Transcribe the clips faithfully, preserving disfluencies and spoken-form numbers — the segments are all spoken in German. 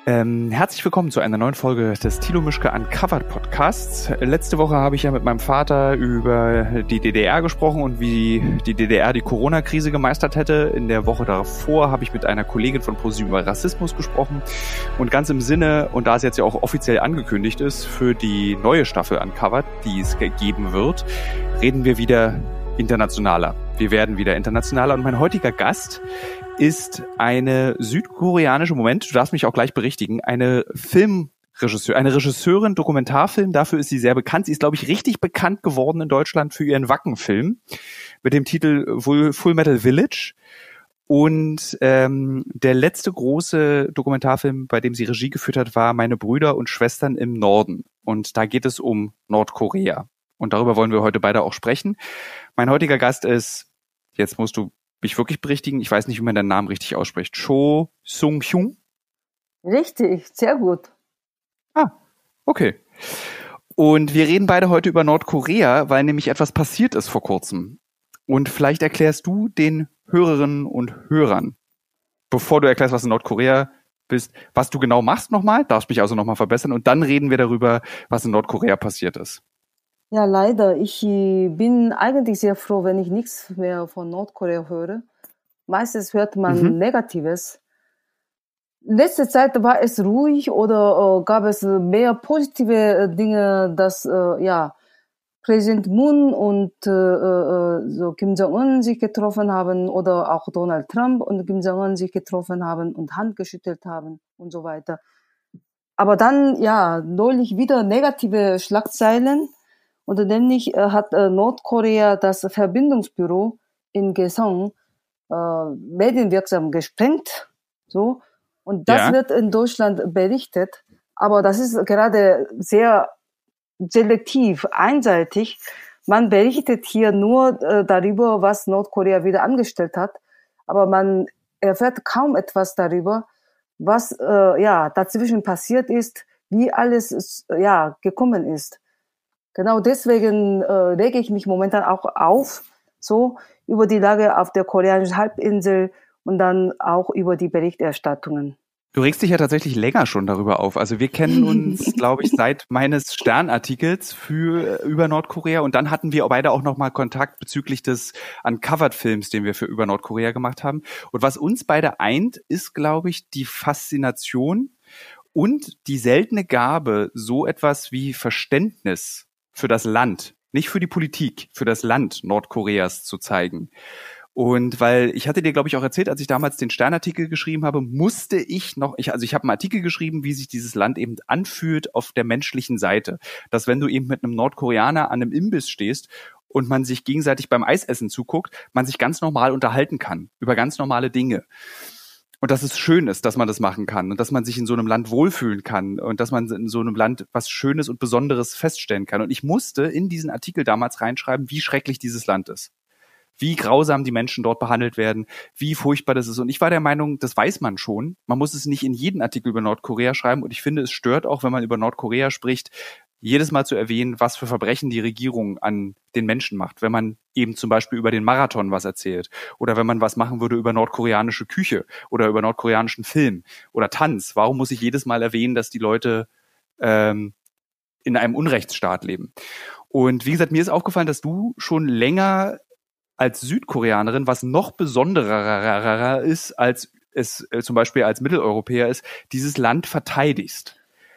Ähm, herzlich willkommen zu einer neuen Folge des Thilo Mischke Uncovered Podcasts. Letzte Woche habe ich ja mit meinem Vater über die D D R gesprochen und wie die D D R die Corona-Krise gemeistert hätte. In der Woche davor habe ich mit einer Kollegin von ProSieben über Rassismus gesprochen. Und ganz im Sinne, und da es jetzt ja auch offiziell angekündigt ist, für die neue Staffel Uncovered, die es geben wird, reden wir wieder internationaler. Wir werden wieder internationaler. Und mein heutiger Gast ist eine südkoreanische, Moment, du darfst mich auch gleich berichtigen, eine Filmregisseur, eine Regisseurin, Dokumentarfilm, dafür ist sie sehr bekannt. Sie ist, glaube ich, richtig bekannt geworden in Deutschland für ihren Wacken-Film mit dem Titel Full Metal Village. Und ähm, der letzte große Dokumentarfilm, bei dem sie Regie geführt hat, war Meine Brüder und Schwestern im Norden. Und da geht es um Nordkorea. Und darüber wollen wir heute beide auch sprechen. Mein heutiger Gast ist, jetzt musst du mich wirklich berichtigen, ich weiß nicht, wie man deinen Namen richtig ausspricht, Cho Sung-hyun? Richtig, sehr gut. Ah, okay. Und wir reden beide heute über Nordkorea, weil nämlich etwas passiert ist vor kurzem. Und vielleicht erklärst du den Hörerinnen und Hörern, bevor du erklärst, was in Nordkorea bist, was du genau machst nochmal, darfst mich also nochmal verbessern, und dann reden wir darüber, was in Nordkorea passiert ist. Ja, leider. Ich bin eigentlich sehr froh, wenn ich nichts mehr von Nordkorea höre. Meistens hört man Mhm. Negatives. Letzte Zeit war es ruhig oder äh, gab es mehr positive äh, Dinge, dass äh, ja Präsident Moon und äh, äh, so Kim Jong-un sich getroffen haben oder auch Donald Trump und Kim Jong-un sich getroffen haben und Hand geschüttelt haben und so weiter. Aber dann ja neulich wieder negative Schlagzeilen. Und nämlich äh, hat äh, Nordkorea das Verbindungsbüro in Kaesong äh, medienwirksam gesprengt. So. Und das Ja. wird in Deutschland berichtet. Aber das ist gerade sehr selektiv, einseitig. Man berichtet hier nur äh, darüber, was Nordkorea wieder angestellt hat. Aber man erfährt kaum etwas darüber, was äh, ja dazwischen passiert ist, wie alles ja gekommen ist. Genau deswegen äh, rege ich mich momentan auch auf, so über die Lage auf der koreanischen Halbinsel und dann auch über die Berichterstattungen. Du regst dich ja tatsächlich länger schon darüber auf. Also wir kennen uns, glaube ich, seit meines Sternartikels für über Nordkorea, und dann hatten wir beide auch nochmal Kontakt bezüglich des Uncovered-Films, den wir für über Nordkorea gemacht haben. Und was uns beide eint, ist, glaube ich, die Faszination und die seltene Gabe, so etwas wie Verständnis für das Land, nicht für die Politik, für das Land Nordkoreas zu zeigen. Und weil ich hatte dir, glaube ich, auch erzählt, als ich damals den Sternartikel geschrieben habe, musste ich noch, ich, also ich habe einen Artikel geschrieben, wie sich dieses Land eben anfühlt auf der menschlichen Seite. Dass wenn du eben mit einem Nordkoreaner an einem Imbiss stehst und man sich gegenseitig beim Eisessen zuguckt, man sich ganz normal unterhalten kann über ganz normale Dinge. Und dass es schön ist, dass man das machen kann und dass man sich in so einem Land wohlfühlen kann und dass man in so einem Land was Schönes und Besonderes feststellen kann. Und ich musste in diesen Artikel damals reinschreiben, wie schrecklich dieses Land ist. Wie grausam die Menschen dort behandelt werden, wie furchtbar das ist. Und ich war der Meinung, das weiß man schon. Man muss es nicht in jeden Artikel über Nordkorea schreiben. Und ich finde, es stört auch, wenn man über Nordkorea spricht, jedes Mal zu erwähnen, was für Verbrechen die Regierung an den Menschen macht. Wenn man eben zum Beispiel über den Marathon was erzählt oder wenn man was machen würde über nordkoreanische Küche oder über nordkoreanischen Film oder Tanz. Warum muss ich jedes Mal erwähnen, dass die Leute ähm, in einem Unrechtsstaat leben? Und wie gesagt, mir ist aufgefallen, dass du schon länger als Südkoreanerin, was noch besonderer ist, als es äh, zum Beispiel als Mitteleuropäer ist, dieses Land verteidigst.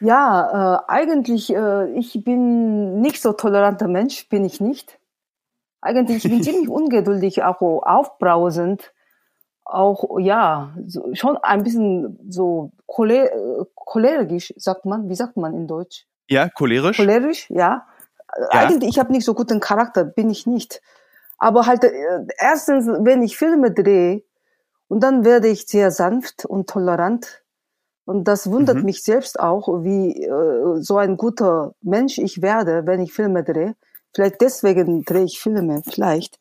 Ja, äh, eigentlich, äh, ich bin nicht so toleranter Mensch, bin ich nicht. Eigentlich, ich bin ziemlich ungeduldig, auch aufbrausend, auch, ja, so, schon ein bisschen so choler, cholerisch, sagt man, wie sagt man in Deutsch? Ja, cholerisch. Cholerisch, ja. Ja. Eigentlich, ich habe nicht so guten Charakter, bin ich nicht. Aber halt, äh, erstens, wenn ich Filme drehe, und dann werde ich sehr sanft und tolerant. Und das wundert Mhm. mich selbst auch, wie äh, so ein guter Mensch ich werde, wenn ich Filme drehe. Vielleicht deswegen drehe ich Filme, vielleicht.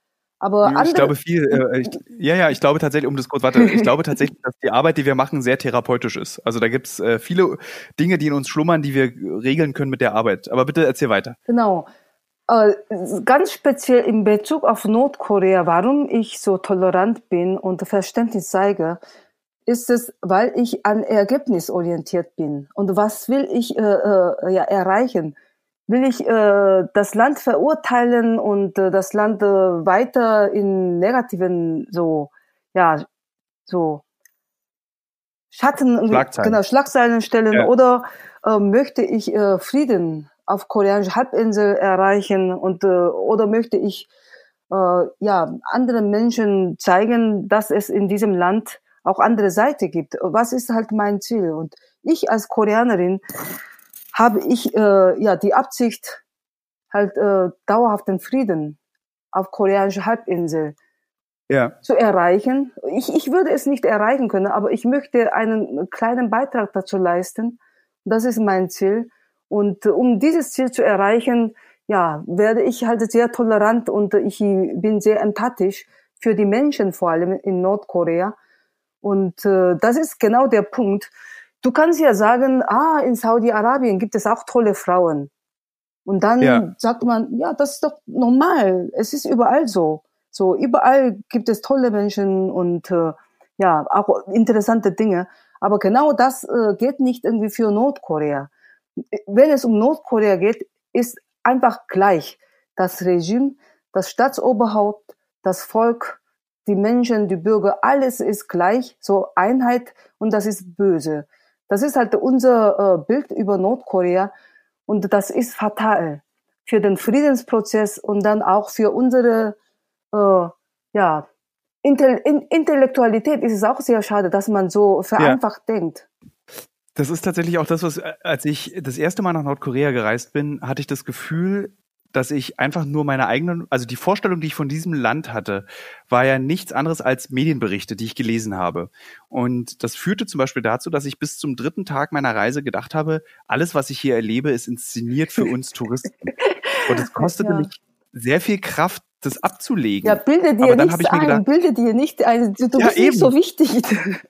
Aber ich andere, glaube viel, äh, ich, ja, ja, ich glaube tatsächlich, um das kurz, warte, ich glaube tatsächlich, dass die Arbeit, die wir machen, sehr therapeutisch ist. Also da gibt's äh, viele Dinge, die in uns schlummern, die wir regeln können mit der Arbeit. Aber bitte erzähl weiter. Genau. Äh, ganz speziell in Bezug auf Nordkorea, warum ich so tolerant bin und Verständnis zeige, ist es, weil ich an Ergebnis orientiert bin. Und was will ich äh, äh, ja, erreichen? Will ich äh, das Land verurteilen und äh, das Land äh, weiter in negativen so ja so Schatten, Schlagzeilen. genau, Schlagzeilen stellen, Ja. oder äh, möchte ich äh, Frieden auf koreanischer Halbinsel erreichen, und äh, oder möchte ich äh, ja anderen Menschen zeigen, dass es in diesem Land auch andere Seite gibt. Was ist halt mein Ziel? Und ich als Koreanerin habe ich äh, ja die Absicht, halt äh, dauerhaften Frieden auf koreanischer Halbinsel Ja. zu erreichen. Ich, ich würde es nicht erreichen können, aber ich möchte einen kleinen Beitrag dazu leisten. Das ist mein Ziel. Und äh, um dieses Ziel zu erreichen, ja, werde ich halt sehr tolerant, und ich bin sehr empathisch für die Menschen, vor allem in Nordkorea. Und äh, das ist genau der Punkt. Du kannst ja sagen, ah, in Saudi-Arabien gibt es auch tolle Frauen. Und dann Ja. sagt man, ja, das ist doch normal. Es ist überall so. So, überall gibt es tolle Menschen und äh, ja, auch interessante Dinge. Aber genau das äh, geht nicht irgendwie für Nordkorea. Wenn es um Nordkorea geht, ist einfach gleich das Regime, das Staatsoberhaupt, das Volk, die Menschen, die Bürger, alles ist gleich, so Einheit, und das ist böse. Das ist halt unser äh, Bild über Nordkorea, und das ist fatal für den Friedensprozess und dann auch für unsere äh, ja, Intel- in- Intellektualität. Ist es auch sehr schade, dass man so vereinfacht ja. denkt. Das ist tatsächlich auch das, was, als ich das erste Mal nach Nordkorea gereist bin, hatte ich das Gefühl, dass ich einfach nur meine eigenen, also die Vorstellung, die ich von diesem Land hatte, war ja nichts anderes als Medienberichte, die ich gelesen habe. Und das führte zum Beispiel dazu, dass ich bis zum dritten Tag meiner Reise gedacht habe, alles, was ich hier erlebe, ist inszeniert für uns Touristen. Und es kostete ja. mich sehr viel Kraft, das abzulegen. Ja, bilde dir aber dann nichts ich mir ein, gedacht, bilde dir nicht ein, du ja, bist eben. nicht so wichtig.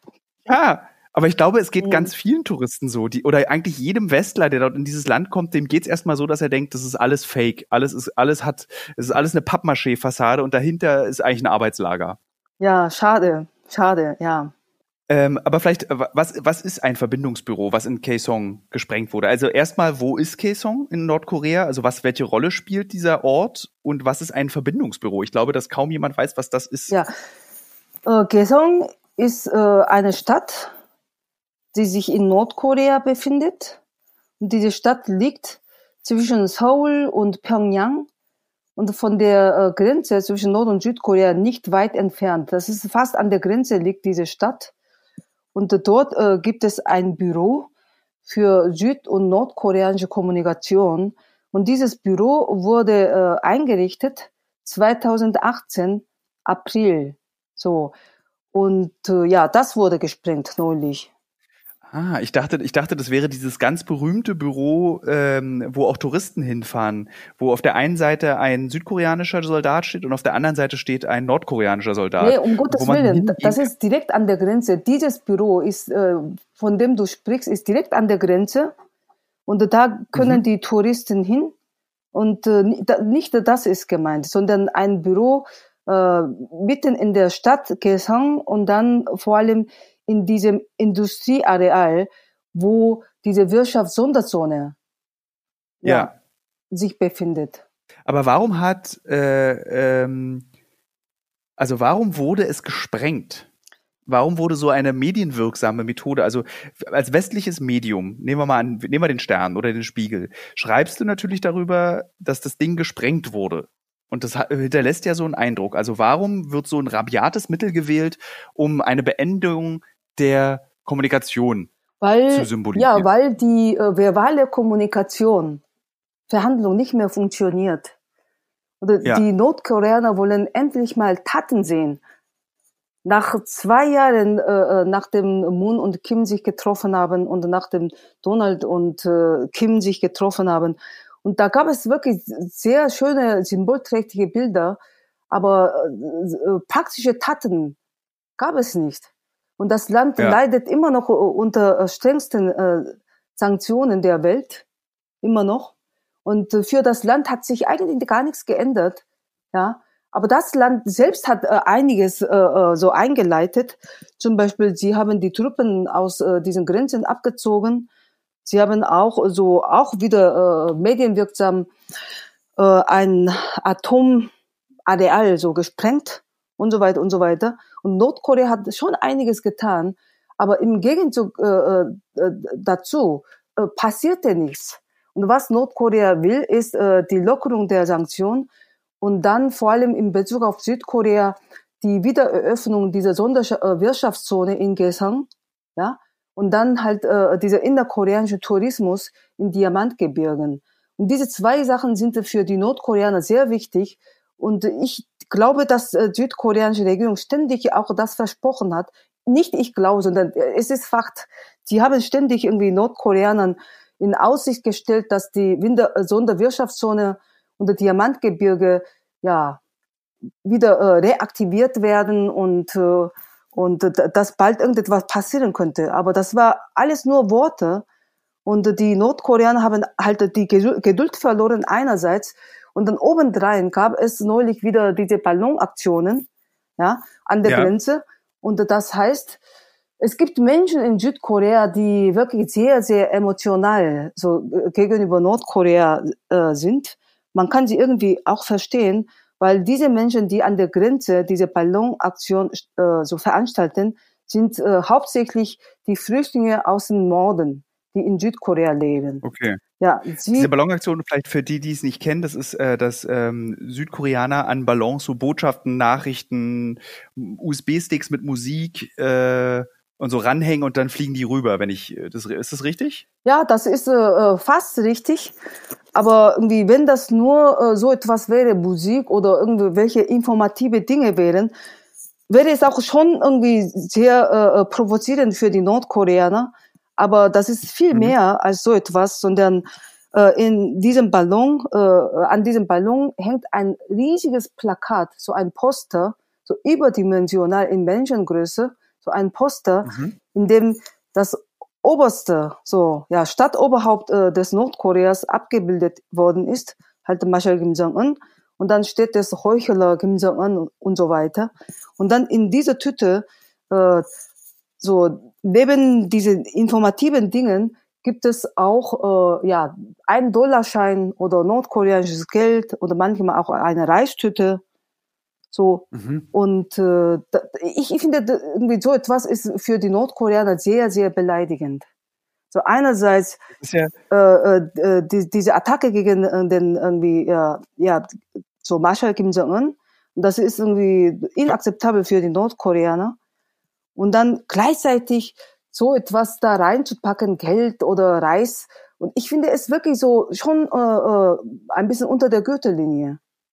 Ja, aber ich glaube, es geht Mhm. ganz vielen Touristen so, die, oder eigentlich jedem Westler, der dort in dieses Land kommt, dem geht's erstmal so, dass er denkt, das ist alles Fake, alles ist, alles hat, es ist alles eine Pappmaché-Fassade und dahinter ist eigentlich ein Arbeitslager. Ja, schade, schade, ja. Ähm, aber vielleicht, was, was ist ein Verbindungsbüro, was in Kaesong gesprengt wurde? Also erstmal, wo ist Kaesong in Nordkorea? Also was, welche Rolle spielt dieser Ort? Und was ist ein Verbindungsbüro? Ich glaube, dass kaum jemand weiß, was das ist. Ja, äh, Kaesong ist äh, eine Stadt, die sich in Nordkorea befindet. Und diese Stadt liegt zwischen Seoul und Pyongyang und von der äh, Grenze zwischen Nord- und Südkorea nicht weit entfernt. Das ist fast an der Grenze liegt diese Stadt. Und äh, dort äh, gibt es ein Büro für süd- und nordkoreanische Kommunikation. Und dieses Büro wurde äh, eingerichtet zweitausendachtzehn, April. So. Und äh, ja, das wurde gesprengt neulich. Ah, ich dachte, ich dachte, das wäre dieses ganz berühmte Büro, ähm, wo auch Touristen hinfahren, wo auf der einen Seite ein südkoreanischer Soldat steht und auf der anderen Seite steht ein nordkoreanischer Soldat. Nee, um Gottes Willen, das kann. ist direkt an der Grenze. Dieses Büro ist, äh, von dem du sprichst, ist direkt an der Grenze, und da können mhm. die Touristen hin, und äh, nicht das ist gemeint, sondern ein Büro äh, mitten in der Stadt Kaesong und dann vor allem in diesem Industrieareal, wo diese Wirtschaftssonderzone ja, ja. sich befindet. Aber warum hat, äh, ähm, also warum wurde es gesprengt? Warum wurde so eine medienwirksame Methode, also als westliches Medium, nehmen wir mal an, nehmen wir den Stern oder den Spiegel, schreibst du natürlich darüber, dass das Ding gesprengt wurde. Und das hinterlässt ja so einen Eindruck. Also warum wird so ein rabiates Mittel gewählt, um eine Beendung der Kommunikation weil, zu symbolisieren? Ja, weil die äh, verbale Kommunikation, Verhandlung nicht mehr funktioniert. Oder ja. Die Nordkoreaner wollen endlich mal Taten sehen. Nach zwei Jahren, äh, nachdem Moon und Kim sich getroffen haben und nachdem Donald und äh, Kim sich getroffen haben, und da gab es wirklich sehr schöne, symbolträchtige Bilder, aber äh, praktische Taten gab es nicht. Und das Land ja. leidet immer noch unter strengsten äh, Sanktionen der Welt, immer noch. Und für das Land hat sich eigentlich gar nichts geändert, ja. Aber das Land selbst hat äh, einiges äh, so eingeleitet. Zum Beispiel, sie haben die Truppen aus äh, diesen Grenzen abgezogen. Sie haben auch so auch wieder äh, medienwirksam äh, ein Atomareal so gesprengt und so weiter und so weiter. Und Nordkorea hat schon einiges getan, aber im Gegenzug äh, äh, dazu äh, passierte nichts. Und was Nordkorea will, ist äh, die Lockerung der Sanktionen und dann vor allem in Bezug auf Südkorea die Wiedereröffnung dieser Sonderwirtschaftszone in Kaesong, ja, und dann halt äh, dieser innerkoreanische Tourismus in Diamantgebirgen. Und diese zwei Sachen sind für die Nordkoreaner sehr wichtig. Und ich glaube, dass äh, die südkoreanische Regierung ständig auch das versprochen hat. Nicht ich glaube, sondern es ist Fakt. Die haben ständig irgendwie Nordkoreanern in Aussicht gestellt, dass die Winter Sonderwirtschaftszone und das Diamantgebirge ja wieder äh, reaktiviert werden und äh, und äh, dass bald irgendetwas passieren könnte. Aber das war alles nur Worte und die Nordkoreaner haben halt die Geduld verloren einerseits und dann obendrein gab es neulich wieder diese Ballonaktionen, ja, an der ja. Grenze und das heißt, es gibt Menschen in Südkorea, die wirklich sehr, sehr emotional so gegenüber Nordkorea äh, sind. Man kann sie irgendwie auch verstehen, weil diese Menschen, die an der Grenze diese Ballonaktion äh, so veranstalten, sind äh, hauptsächlich die Flüchtlinge aus dem Norden, die in Südkorea leben. Okay. Ja, sie diese Ballonaktion, vielleicht für die, die es nicht kennen, das ist, äh, dass ähm, Südkoreaner an Ballons so Botschaften, Nachrichten, U S B-Sticks mit Musik äh, und so ranhängen und dann fliegen die rüber, wenn ich, das, ist das richtig? Ja, das ist äh, fast richtig. Aber irgendwie, wenn das nur äh, so etwas wäre, Musik oder irgendwelche informative Dinge wären, wäre es auch schon irgendwie sehr äh, provozierend für die Nordkoreaner. Aber das ist viel mhm. mehr als so etwas, sondern äh, in diesem Ballon, äh, an diesem Ballon hängt ein riesiges Plakat, so ein Poster, so überdimensional in Menschengröße, so ein Poster, mhm. in dem das oberste, so, ja, Stadtoberhaupt äh, des Nordkoreas abgebildet worden ist, halt Marschall Kim Jong-un. Und dann steht das Heuchler Kim Jong-un und, und so weiter. Und dann in dieser Tüte, äh, so, neben diesen informativen Dingen gibt es auch, äh, ja, einen Dollarschein oder nordkoreanisches Geld oder manchmal auch eine Reistüte. So, mhm. und äh, da, ich, ich finde, irgendwie so etwas ist für die Nordkoreaner sehr, sehr beleidigend. So einerseits ja äh, äh, die, diese Attacke gegen äh, den irgendwie, ja, ja so Marschall Kim Jong-un, das ist irgendwie inakzeptabel für die Nordkoreaner. Und dann gleichzeitig so etwas da reinzupacken, Geld oder Reis. Und ich finde es wirklich so schon äh, äh, ein bisschen unter der Gürtellinie.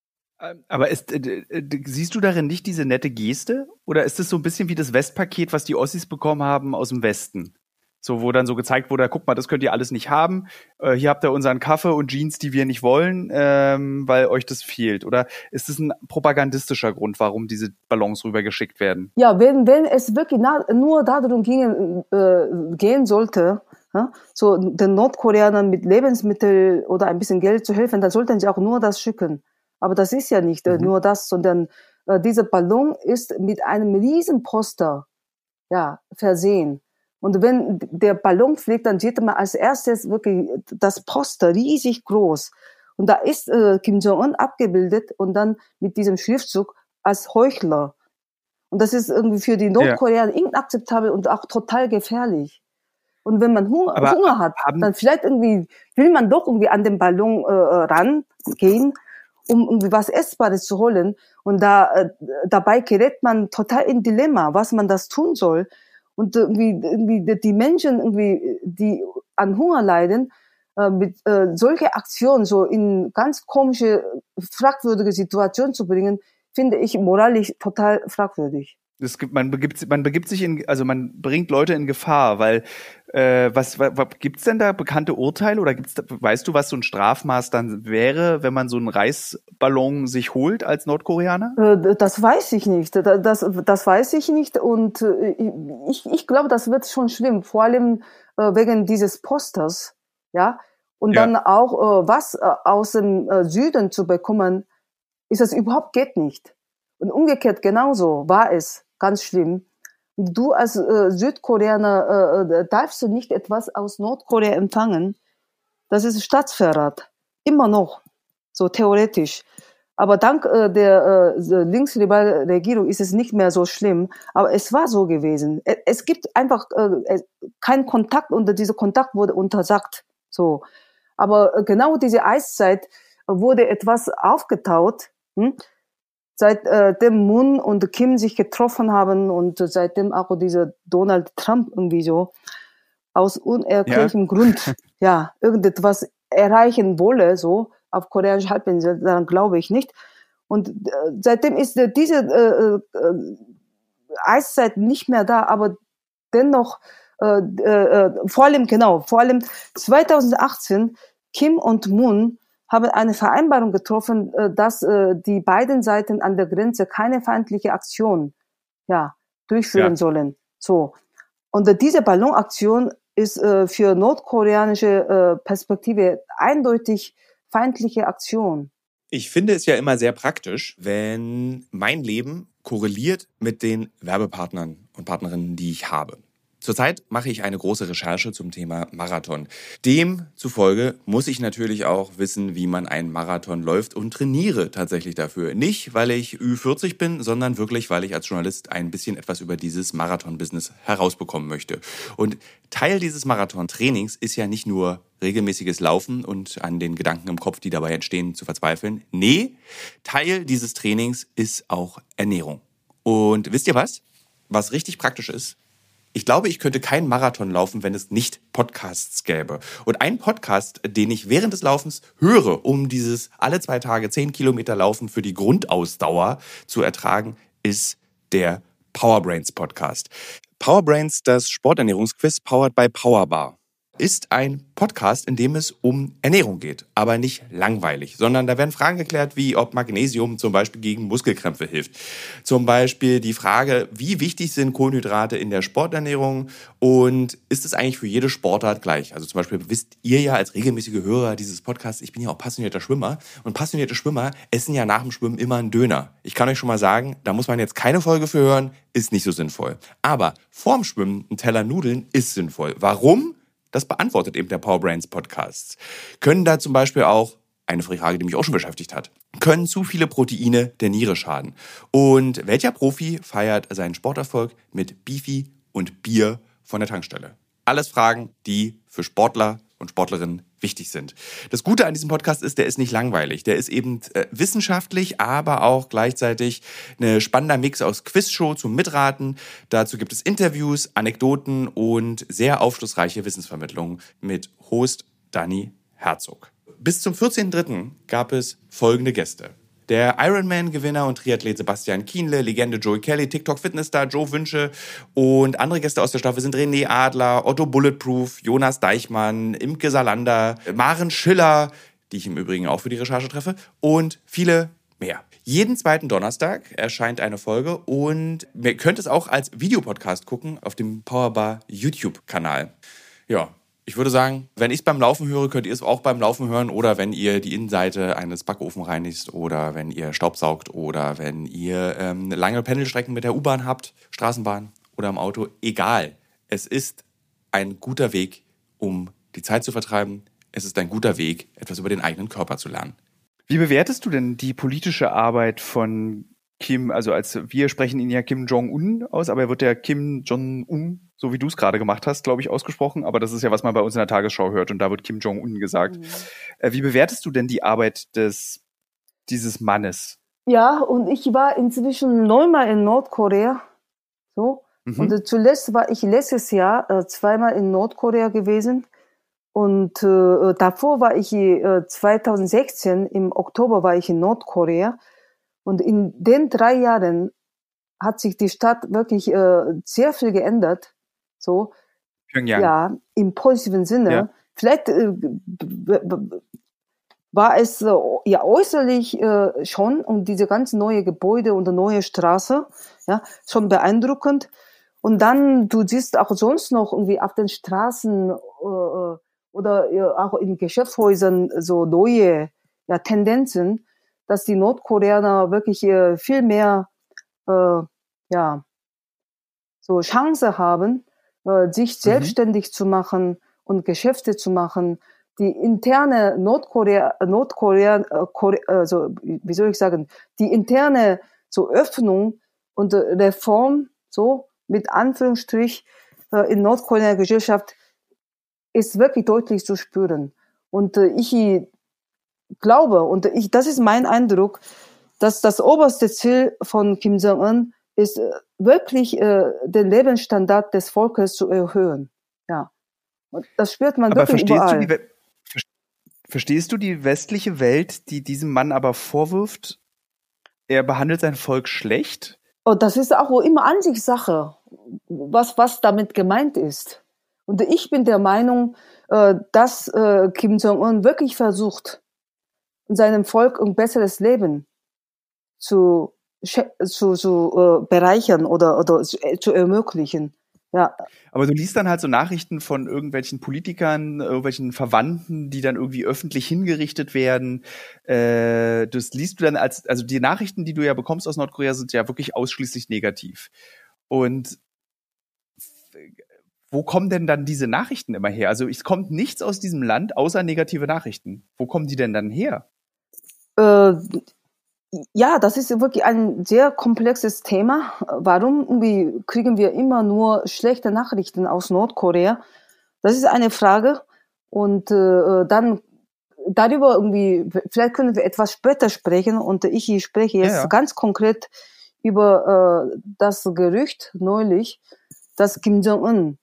Aber ist, äh, siehst du darin nicht diese nette Geste? Oder ist es so ein bisschen wie das Westpaket, was die Ossis bekommen haben aus dem Westen? So, wo dann so gezeigt wurde, guck mal, das könnt ihr alles nicht haben. Äh, hier habt ihr unseren Kaffee und Jeans, die wir nicht wollen, ähm, weil euch das fehlt. Oder ist es ein propagandistischer Grund, warum diese Ballons rübergeschickt werden? Ja, wenn, wenn es wirklich na, nur darum ging, äh, gehen sollte, ja, so den Nordkoreanern mit Lebensmitteln oder ein bisschen Geld zu helfen, dann sollten sie auch nur das schicken. Aber das ist ja nicht äh, mhm. nur das, sondern äh, dieser Ballon ist mit einem riesen Poster, ja, versehen. Und wenn der Ballon fliegt, dann sieht man als erstes wirklich das Poster riesig groß. Und da ist äh, Kim Jong-un abgebildet und dann mit diesem Schriftzug als Heuchler. Und das ist irgendwie für die Nordkoreaner ja. inakzeptabel und auch total gefährlich. Und wenn man Hunger, Hunger hat, dann vielleicht irgendwie will man doch irgendwie an den Ballon äh, rangehen, um irgendwie was Essbares zu holen. Und da äh, dabei gerät man total in Dilemma, was man das tun soll. Und irgendwie, irgendwie die Menschen, irgendwie, die an Hunger leiden, äh, mit äh, solche Aktionen so in ganz komische, fragwürdige Situationen zu bringen, finde ich moralisch total fragwürdig. Es gibt, man begibt, man begibt sich in, also man bringt Leute in Gefahr, weil äh, was, was gibt's denn da bekannte Urteile oder gibt's da, weißt du, was so ein Strafmaß dann wäre, wenn man so einen Reisballon sich holt als Nordkoreaner? Äh, das weiß ich nicht. Das, das weiß ich nicht und ich, ich glaube, das wird schon schlimm, vor allem äh, wegen dieses Posters, ja. Und ja. dann auch äh, was äh, aus dem äh, Süden zu bekommen, ist das überhaupt geht nicht. Und umgekehrt genauso war es ganz schlimm. Und du als äh, Südkoreaner äh, darfst du nicht etwas aus Nordkorea empfangen. Das ist Staatsverrat. Immer noch. So theoretisch. Aber dank äh, der äh, linksliberalen Regierung ist es nicht mehr so schlimm. Aber es war so gewesen. Es, es gibt einfach äh, keinen Kontakt und dieser Kontakt wurde untersagt. So. Aber äh, genau diese Eiszeit wurde etwas aufgetaut, hm? Seit äh, dem Moon und Kim sich getroffen haben und seitdem auch dieser Donald Trump irgendwie so aus unerklärlichem ja. Grund ja irgendetwas erreichen wolle, so auf koreanischer Halbinsel, daran glaube ich nicht. Und äh, seitdem ist äh, diese äh, äh, Eiszeit nicht mehr da, aber dennoch äh, äh, vor allem genau, vor allem zwanzig achtzehn Kim und Moon haben eine Vereinbarung getroffen, dass äh, die beiden Seiten an der Grenze keine feindliche Aktion ja durchführen ja. sollen. So. Und äh, diese Ballonaktion ist äh, für nordkoreanische äh, Perspektive eindeutig feindliche Aktion. Ich finde es ja immer sehr praktisch, wenn mein Leben korreliert mit den Werbepartnern und Partnerinnen, die ich habe. Zurzeit mache ich eine große Recherche zum Thema Marathon. Demzufolge muss ich natürlich auch wissen, wie man einen Marathon läuft und trainiere tatsächlich dafür. Nicht, weil ich Ü vierzig bin, sondern wirklich, weil ich als Journalist ein bisschen etwas über dieses Marathon-Business herausbekommen möchte. Und Teil dieses Marathon-Trainings ist ja nicht nur regelmäßiges Laufen und an den Gedanken im Kopf, die dabei entstehen, zu verzweifeln. Nee, Teil dieses Trainings ist auch Ernährung. Und wisst ihr was? Was richtig praktisch ist? Ich glaube, ich könnte keinen Marathon laufen, wenn es nicht Podcasts gäbe. Und ein Podcast, den ich während des Laufens höre, um dieses alle zwei Tage zehn Kilometer Laufen für die Grundausdauer zu ertragen, ist der Powerbrains Podcast. Powerbrains, das Sporternährungsquiz powered by Powerbar, ist ein Podcast, in dem es um Ernährung geht, aber nicht langweilig, sondern da werden Fragen geklärt, wie ob Magnesium zum Beispiel gegen Muskelkrämpfe hilft. Zum Beispiel die Frage, wie wichtig sind Kohlenhydrate in der Sporternährung und ist es eigentlich für jede Sportart gleich? Also zum Beispiel wisst ihr ja als regelmäßige Hörer dieses Podcasts, ich bin ja auch passionierter Schwimmer und passionierte Schwimmer essen ja nach dem Schwimmen immer einen Döner. Ich kann euch schon mal sagen, da muss man jetzt keine Folge für hören, ist nicht so sinnvoll. Aber vorm Schwimmen ein Teller Nudeln ist sinnvoll. Warum? Das beantwortet eben der Powerbrains Podcast. Können da zum Beispiel auch, eine Frage, die mich auch schon beschäftigt hat, können zu viele Proteine der Niere schaden? Und welcher Profi feiert seinen Sporterfolg mit Beefy und Bier von der Tankstelle? Alles Fragen, die für Sportler und Sportlerinnen wichtig sind. Das Gute an diesem Podcast ist, der ist nicht langweilig. Der ist eben äh, wissenschaftlich, aber auch gleichzeitig ein spannender Mix aus Quizshow zum Mitraten. Dazu gibt es Interviews, Anekdoten und sehr aufschlussreiche Wissensvermittlung mit Host Dani Herzog. Bis zum vierzehnten dritten gab es folgende Gäste. Der Ironman-Gewinner und Triathlet Sebastian Kienle, Legende Joey Kelly, TikTok-Fitnessstar Joe Wünsche und andere Gäste aus der Staffel sind René Adler, Otto Bulletproof, Jonas Deichmann, Imke Salander, Maren Schiller, die ich im Übrigen auch für die Recherche treffe, und viele mehr. Jeden zweiten Donnerstag erscheint eine Folge und ihr könnt es auch als Videopodcast gucken auf dem Powerbar YouTube-Kanal. Ja. Ich würde sagen, wenn ich es beim Laufen höre, könnt ihr es auch beim Laufen hören oder wenn ihr die Innenseite eines Backofens reinigt oder wenn ihr Staubsaugt oder wenn ihr ähm, lange Pendelstrecken mit der U-Bahn habt, Straßenbahn oder im Auto. Egal. Es ist ein guter Weg, um die Zeit zu vertreiben. Es ist ein guter Weg, etwas über den eigenen Körper zu lernen. Wie bewertest du denn die politische Arbeit von Kim, also als wir sprechen ihn ja Kim Jong-un aus, aber er wird ja Kim Jong-un, so wie du es gerade gemacht hast, glaube ich, ausgesprochen. Aber das ist ja, was man bei uns in der Tagesschau hört und da wird Kim Jong-un gesagt. Mhm. Äh, wie bewertest du denn die Arbeit des dieses Mannes? Ja, und ich war inzwischen neunmal in Nordkorea. So. Mhm. Und äh, zuletzt war ich letztes Jahr äh, zweimal in Nordkorea gewesen. Und äh, davor war ich äh, zwanzig sechzehn, im Oktober war ich in Nordkorea. Und in den drei Jahren hat sich die Stadt wirklich äh, sehr viel geändert. So, Pyongyang. Ja, im positiven Sinne. Ja. Vielleicht äh, b- b- war es äh, ja äußerlich äh, schon um diese ganz neue Gebäude und eine neue Straße, ja, schon beeindruckend. Und dann, du siehst auch sonst noch irgendwie auf den Straßen äh, oder äh, auch in Geschäftshäusern so neue ja, Tendenzen. dass die Nordkoreaner wirklich äh, viel mehr äh, ja, so Chance haben, äh, sich selbstständig mhm. zu machen und Geschäfte zu machen. Die interne Nordkorea, Nordkorea, äh, Korea, also wie soll ich sagen, die interne so Öffnung und äh, Reform, so mit Anführungsstrich äh, in Nordkorea Gesellschaft ist wirklich deutlich zu spüren. Und äh, ich glaube, und ich, das ist mein Eindruck, dass das oberste Ziel von Kim Jong-un ist äh, wirklich äh, den Lebensstandard des Volkes zu erhöhen. Ja, und das spürt man aber wirklich verstehst überall. Du die, verstehst du die westliche Welt, die diesem Mann aber vorwirft, er behandelt sein Volk schlecht? Und das ist auch immer Ansichtssache, was was damit gemeint ist. Und ich bin der Meinung, äh, dass äh, Kim Jong-un wirklich versucht, seinem Volk ein besseres Leben zu zu, zu äh, bereichern oder oder zu, äh, zu ermöglichen. Ja. Aber du liest dann halt so Nachrichten von irgendwelchen Politikern, irgendwelchen Verwandten, die dann irgendwie öffentlich hingerichtet werden. Äh, das liest du dann als, also die Nachrichten, die du ja bekommst aus Nordkorea, sind ja wirklich ausschließlich negativ. Und wo kommen denn dann diese Nachrichten immer her? Also es kommt nichts aus diesem Land außer negative Nachrichten. Wo kommen die denn dann her? Äh, Ja, das ist wirklich ein sehr komplexes Thema. Warum irgendwie kriegen wir immer nur schlechte Nachrichten aus Nordkorea? Das ist eine Frage. Und äh, dann darüber irgendwie, vielleicht können wir etwas später sprechen. Und ich spreche jetzt ja, ja. ganz konkret über äh, das Gerücht neulich, dass Kim Jong-un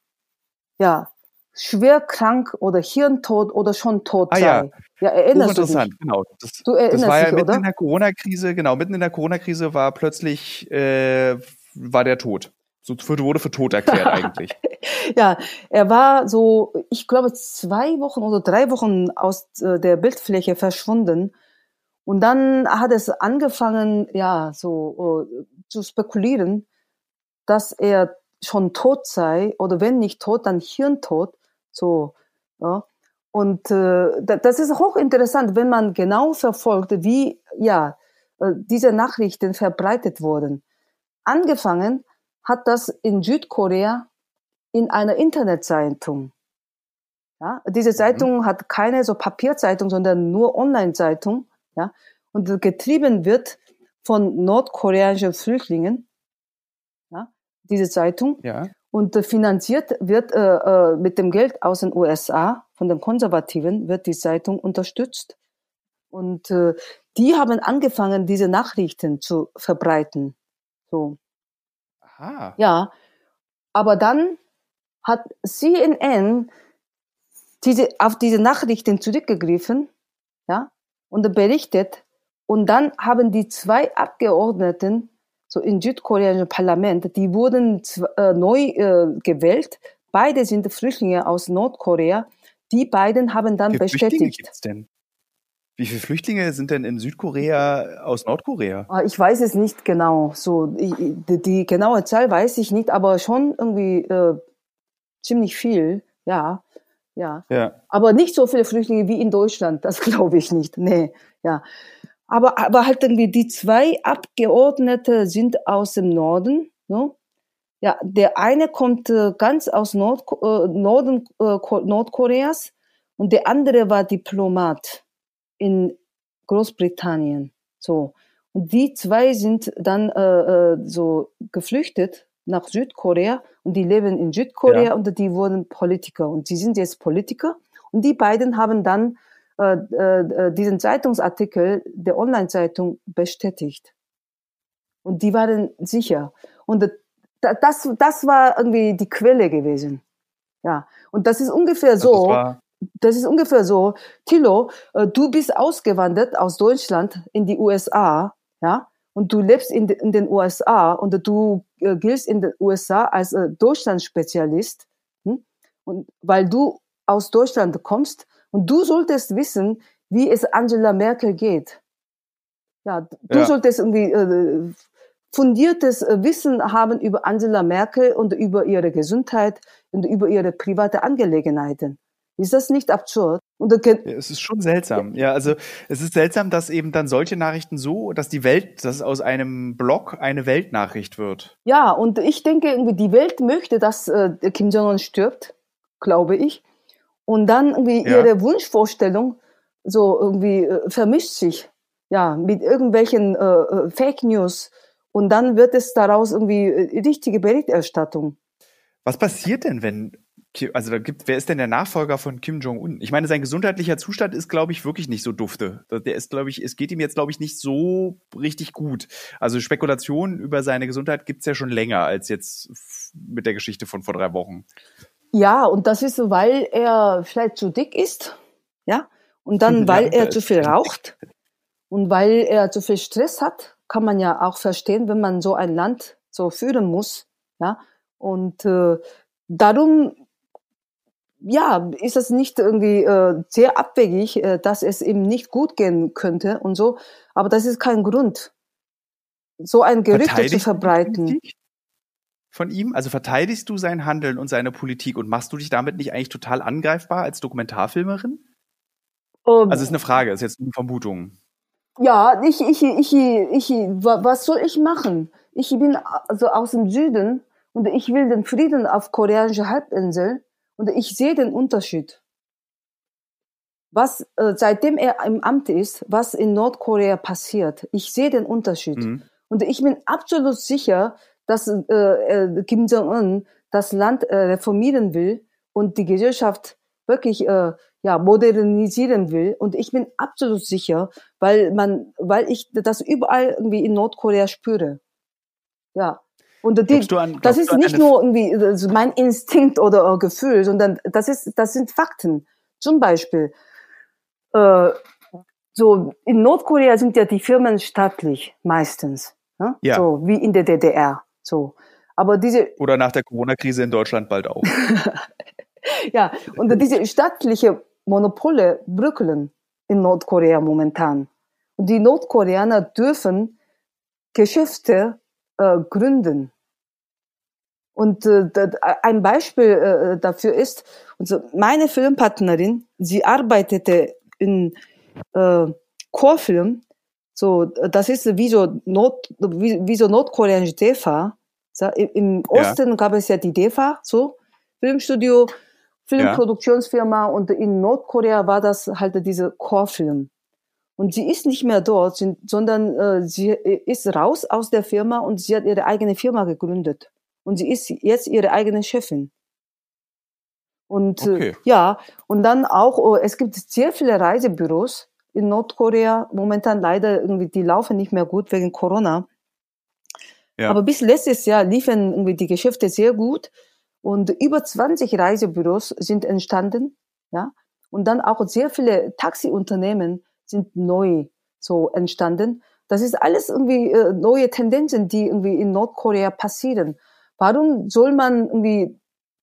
ja schwer krank oder hirntot oder schon tot ah, sei. Ja. Ja, erinnerst du dich? Genau. Das, du erinnerst das war ja dich, mitten oder? in der Corona-Krise, genau, mitten in der Corona-Krise war plötzlich, äh, war der tot. So wurde für tot erklärt eigentlich. Ja, er war so, ich glaube, zwei Wochen oder drei Wochen aus äh, der Bildfläche verschwunden. Und dann hat es angefangen, ja, so uh, zu spekulieren, dass er schon tot sei oder wenn nicht tot, dann hirntot. So, ja. Und äh, das ist hochinteressant, wenn man genau verfolgt, wie ja äh, diese Nachrichten verbreitet wurden. Angefangen hat das in Südkorea in einer Internetzeitung. Ja, diese Zeitung mhm. hat keine so Papierzeitung, sondern nur Online-Zeitung. Ja, und getrieben wird von nordkoreanischen Flüchtlingen. Ja, diese Zeitung. Ja. Und äh, finanziert wird äh, äh, mit dem Geld aus den U S A, von den Konservativen, wird die Zeitung unterstützt. Und äh, die haben angefangen, diese Nachrichten zu verbreiten. So. Aha. Ja, aber dann hat C N N diese, auf diese Nachrichten zurückgegriffen, ja, und berichtet. Und dann haben die zwei Abgeordneten so im südkoreanischen Parlament, die wurden äh, neu äh, gewählt. Beide sind Flüchtlinge aus Nordkorea. Die beiden haben dann Wie viele bestätigt. Flüchtlinge gibt's denn? Wie viele Flüchtlinge sind denn in Südkorea aus Nordkorea? Ich weiß es nicht genau. So ich, die, die genaue Zahl weiß ich nicht, aber schon irgendwie äh, ziemlich viel. Ja, ja, ja. Aber nicht so viele Flüchtlinge wie in Deutschland. Das glaube ich nicht. Nee, ja. Aber, aber halt irgendwie die zwei Abgeordnete sind aus dem Norden. Ne? Ja, der eine kommt äh, ganz aus Nord, äh, Norden äh, Nordkoreas und der andere war Diplomat in Großbritannien. So. Und die zwei sind dann äh, äh, so geflüchtet nach Südkorea und die leben in Südkorea ja. und die wurden Politiker und sie sind jetzt Politiker und die beiden haben dann äh, äh, diesen Zeitungsartikel der Online-Zeitung bestätigt. Und die waren sicher. Und das, das war irgendwie die Quelle gewesen. Ja. Und das ist ungefähr so, das, das ist ungefähr so, Thilo, du bist ausgewandert aus Deutschland in die U S A, ja, und du lebst in, de, in den U S A und du äh, giltst in den U S A als äh, Deutschland-Spezialist, hm? Und weil du aus Deutschland kommst und du solltest wissen, wie es Angela Merkel geht. Ja, du ja. solltest irgendwie äh, fundiertes Wissen haben über Angela Merkel und über ihre Gesundheit und über ihre private Angelegenheiten. Ist das nicht absurd? Und ja, es ist schon seltsam. Ja, also es ist seltsam, dass eben dann solche Nachrichten so, dass die Welt, dass aus einem Blog eine Weltnachricht wird. Ja, und ich denke, irgendwie die Welt möchte, dass äh, Kim Jong-un stirbt, glaube ich. Und dann irgendwie Ja. ihre Wunschvorstellung so irgendwie äh, vermischt sich, ja, mit irgendwelchen äh, äh, Fake News. Und dann wird es daraus irgendwie äh, richtige Berichterstattung. Was passiert denn, wenn, Ki- also da gibt, wer ist denn der Nachfolger von Kim Jong-un? Ich meine, sein gesundheitlicher Zustand ist, glaube ich, wirklich nicht so dufte. Der ist, glaube ich, es geht ihm jetzt, glaube ich, nicht so richtig gut. Also Spekulationen über seine Gesundheit gibt's ja schon länger als jetzt f- mit der Geschichte von vor drei Wochen. Ja, und das ist so, weil er vielleicht zu dick ist, ja, und dann, weil Ja, er der zu ist viel echt raucht und weil er zu viel Stress hat, kann man ja auch verstehen, wenn man so ein Land so führen muss, ja, und äh, darum, ja, ist es nicht irgendwie äh, sehr abwegig, äh, dass es ihm nicht gut gehen könnte und so, aber das ist kein Grund, so ein Gerüchte zu Verteidigst du die verbreiten. Politik von ihm? Also verteidigst du sein Handeln und seine Politik und machst du dich damit nicht eigentlich total angreifbar als Dokumentarfilmerin? Ähm, Also ist eine Frage, ist jetzt eine Vermutung. Ja, ich, ich, ich, ich, wa- was soll ich machen? Ich bin also aus dem Süden und ich will den Frieden auf koreanischer Halbinsel und ich sehe den Unterschied. Was, äh, seitdem er im Amt ist, was in Nordkorea passiert. Ich sehe den Unterschied. Mhm. Und ich bin absolut sicher, dass äh, äh, Kim Jong-un das Land äh, reformieren will und die Gesellschaft wirklich äh, ja, modernisieren will. Und ich bin absolut sicher, weil man, weil ich das überall irgendwie in Nordkorea spüre. Ja. Und die, Glaubst du an, das glaubst ist du an nicht eine, nur irgendwie also mein Instinkt oder äh, Gefühl, sondern das ist, das sind Fakten. Zum Beispiel, äh, so in Nordkorea sind ja die Firmen staatlich meistens, ne? ja, So wie in der D D R. So, aber diese oder nach der Corona-Krise in Deutschland bald auch. ja, und diese staatliche Monopole bröckeln in Nordkorea momentan. Und die Nordkoreaner dürfen Geschäfte äh, gründen. Und äh, da- ein Beispiel äh, dafür ist, also meine Filmpartnerin, sie arbeitete in äh, Chorfilm, so das ist wie so Nord, wie, wie so nordkoreanische D E F A. So, im im Ja, Osten gab es ja die D E F A, so Filmstudio, ja, Filmproduktionsfirma, und in Nordkorea war das halt diese Chorfilm. Und sie ist nicht mehr dort, sind, sondern äh, sie ist raus aus der Firma und sie hat ihre eigene Firma gegründet. Und sie ist jetzt ihre eigene Chefin. Und äh, okay. ja, und dann auch, äh, es gibt sehr viele Reisebüros in Nordkorea. Momentan leider irgendwie, die laufen nicht mehr gut wegen Corona. Ja, Aber bis letztes Jahr liefen irgendwie die Geschäfte sehr gut. Und über zwanzig Reisebüros sind entstanden, ja. Und dann auch sehr viele Taxiunternehmen sind neu so entstanden. Das ist alles irgendwie äh, neue Tendenzen, die irgendwie in Nordkorea passieren. Warum soll man irgendwie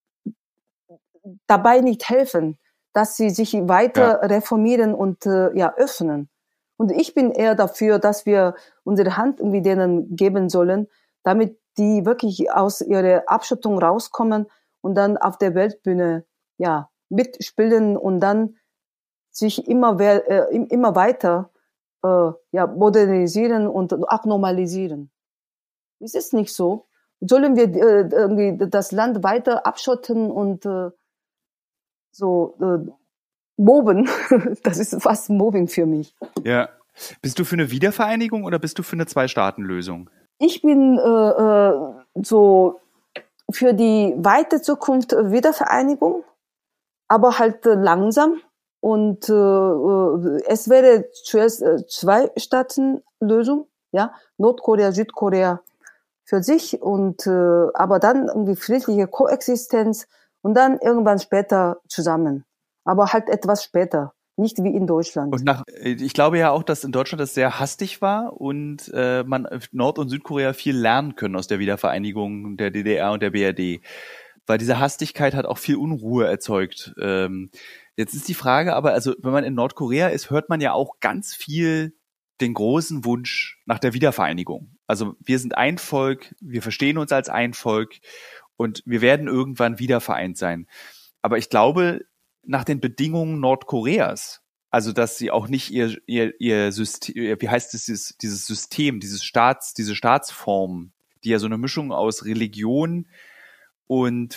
dabei nicht helfen, dass sie sich ja, weiter reformieren und äh, ja öffnen? Und ich bin eher dafür, dass wir unsere Hand irgendwie denen geben sollen, damit die wirklich aus ihrer Abschottung rauskommen und dann auf der Weltbühne ja mitspielen und dann sich immer wer- äh, im- immer weiter äh, ja modernisieren und auch normalisieren. Ist es nicht so? Sollen wir äh, irgendwie das Land weiter abschotten und äh, so äh, mobben? Das ist fast Mobbing für mich. ja. Bist du für eine Wiedervereinigung oder bist du für eine Zwei-Staaten-Lösung? Ich bin äh, äh, so für die weite Zukunft äh, Wiedervereinigung, aber halt äh, langsam. Und äh, äh, es wäre zuerst äh, Zwei-Staaten-Lösung, ja, Nordkorea, Südkorea für sich und äh, aber dann irgendwie friedliche Koexistenz und dann irgendwann später zusammen. Aber halt etwas später, nicht wie in Deutschland. Und nach, ich glaube ja auch, dass in Deutschland das sehr hastig war und äh, man Nord- und Südkorea viel lernen können aus der Wiedervereinigung der D D R und der B R D. Weil diese Hastigkeit hat auch viel Unruhe erzeugt. Ähm, jetzt ist die Frage aber, also wenn man in Nordkorea ist, hört man ja auch ganz viel den großen Wunsch nach der Wiedervereinigung. Also wir sind ein Volk, wir verstehen uns als ein Volk und wir werden irgendwann wieder vereint sein. Aber ich glaube, nach den Bedingungen Nordkoreas. Also, dass sie auch nicht ihr, ihr, ihr System, wie heißt es, dieses, dieses System, dieses Staats, diese Staatsform, die ja so eine Mischung aus Religion und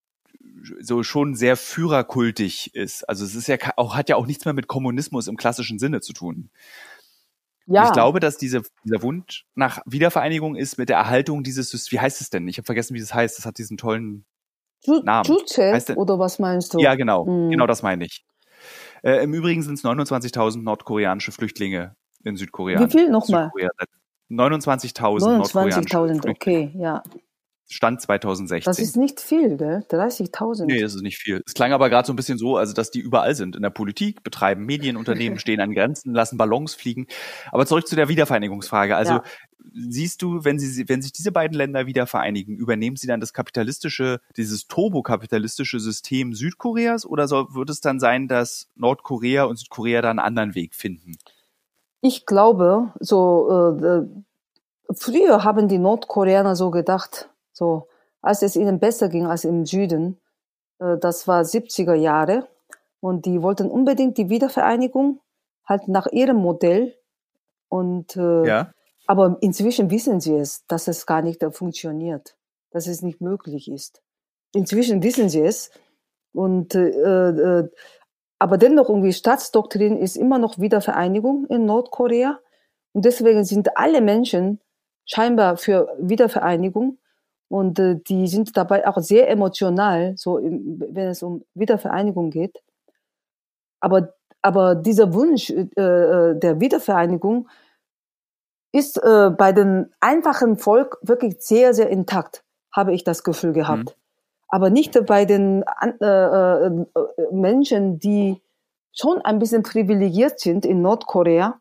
so schon sehr führerkultig ist. Also es ist ja auch, hat ja auch nichts mehr mit Kommunismus im klassischen Sinne zu tun. Ja. Und ich glaube, dass diese, dieser Wunsch nach Wiedervereinigung ist mit der Erhaltung dieses Systems. Wie heißt es denn? Ich habe vergessen, wie das heißt. Das hat diesen tollen Ju- Namen. Juche, oder was meinst du? Ja, genau. Hm. Genau das meine ich. Äh, Im Übrigen sind es neunundzwanzigtausend nordkoreanische Flüchtlinge in Südkorea. Wie viel nochmal? neunundzwanzigtausend neunundzwanzigtausend, okay, ja. Stand zweitausendsechzehn. Das ist nicht viel, gell? dreißigtausend. Nee, das ist nicht viel. Es klang aber gerade so ein bisschen so, also dass die überall sind. In der Politik, betreiben Medienunternehmen, stehen an Grenzen, lassen Ballons fliegen. Aber zurück zu der Wiedervereinigungsfrage. Also ja. Siehst du, wenn sie, wenn sich diese beiden Länder wieder vereinigen, übernehmen sie dann das kapitalistische, dieses turbokapitalistische System Südkoreas oder soll, wird es dann sein, dass Nordkorea und Südkorea da einen anderen Weg finden? Ich glaube, so äh, früher haben die Nordkoreaner so gedacht, so als es ihnen besser ging als im Süden, äh, das war siebziger Jahre und die wollten unbedingt die Wiedervereinigung, halt nach ihrem Modell und äh, ja. Aber inzwischen wissen sie es, dass es gar nicht funktioniert, dass es nicht möglich ist. Inzwischen wissen sie es und äh, äh, aber dennoch irgendwie Staatsdoktrin ist immer noch Wiedervereinigung in Nordkorea und deswegen sind alle Menschen scheinbar für Wiedervereinigung und äh, die sind dabei auch sehr emotional, so im, wenn es um Wiedervereinigung geht. Aber aber dieser Wunsch äh, der Wiedervereinigung ist äh, bei dem einfachen Volk wirklich sehr, sehr intakt, habe ich das Gefühl gehabt. Mhm. Aber nicht bei den äh, äh, Menschen, die schon ein bisschen privilegiert sind in Nordkorea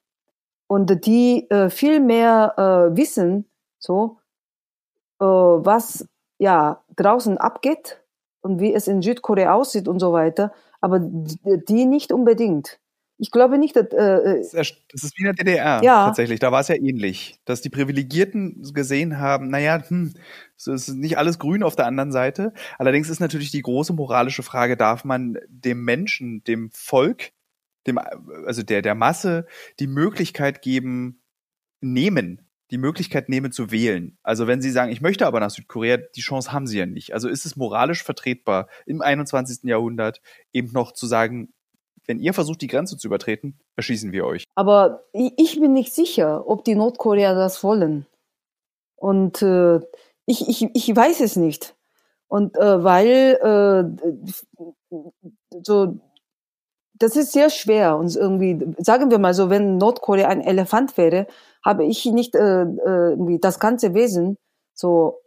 und die äh, viel mehr äh, wissen, so äh, was ja draußen abgeht und wie es in Südkorea aussieht und so weiter, aber die nicht unbedingt. Ich glaube nicht, dass... Äh, das ist wie in der D D R, ja. Tatsächlich. Da war es ja ähnlich. Dass die Privilegierten gesehen haben, naja, hm, es ist nicht alles grün auf der anderen Seite. Allerdings ist natürlich die große moralische Frage, darf man dem Menschen, dem Volk, dem, also der, der Masse, die Möglichkeit geben, nehmen, die Möglichkeit nehmen zu wählen. Also wenn sie sagen, ich möchte aber nach Südkorea, die Chance haben sie ja nicht. Also ist es moralisch vertretbar, im einundzwanzigsten Jahrhundert eben noch zu sagen, wenn ihr versucht, die Grenze zu übertreten, erschießen wir euch. Aber ich bin nicht sicher, ob die Nordkoreaner das wollen. Und äh, ich, ich, ich weiß es nicht. Und äh, weil äh, so, das ist sehr schwer. Und irgendwie, sagen wir mal so, wenn Nordkorea ein Elefant wäre, habe ich nicht äh, irgendwie das ganze Wesen so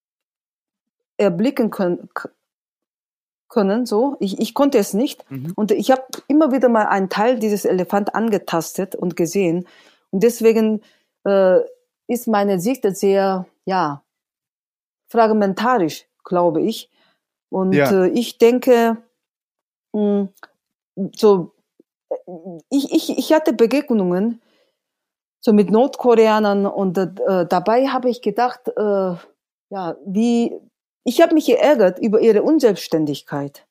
erblicken können. können, so. Ich, ich konnte es nicht. Mhm. Und ich habe immer wieder mal einen Teil dieses Elefant angetastet und gesehen. Und deswegen äh, ist meine Sicht sehr, ja, fragmentarisch, glaube ich. Und ja. äh, ich denke, mh, so, ich, ich, ich hatte Begegnungen so mit Nordkoreanern und äh, dabei habe ich gedacht, äh, ja, wie ich habe mich geärgert über ihre Unselbstständigkeit.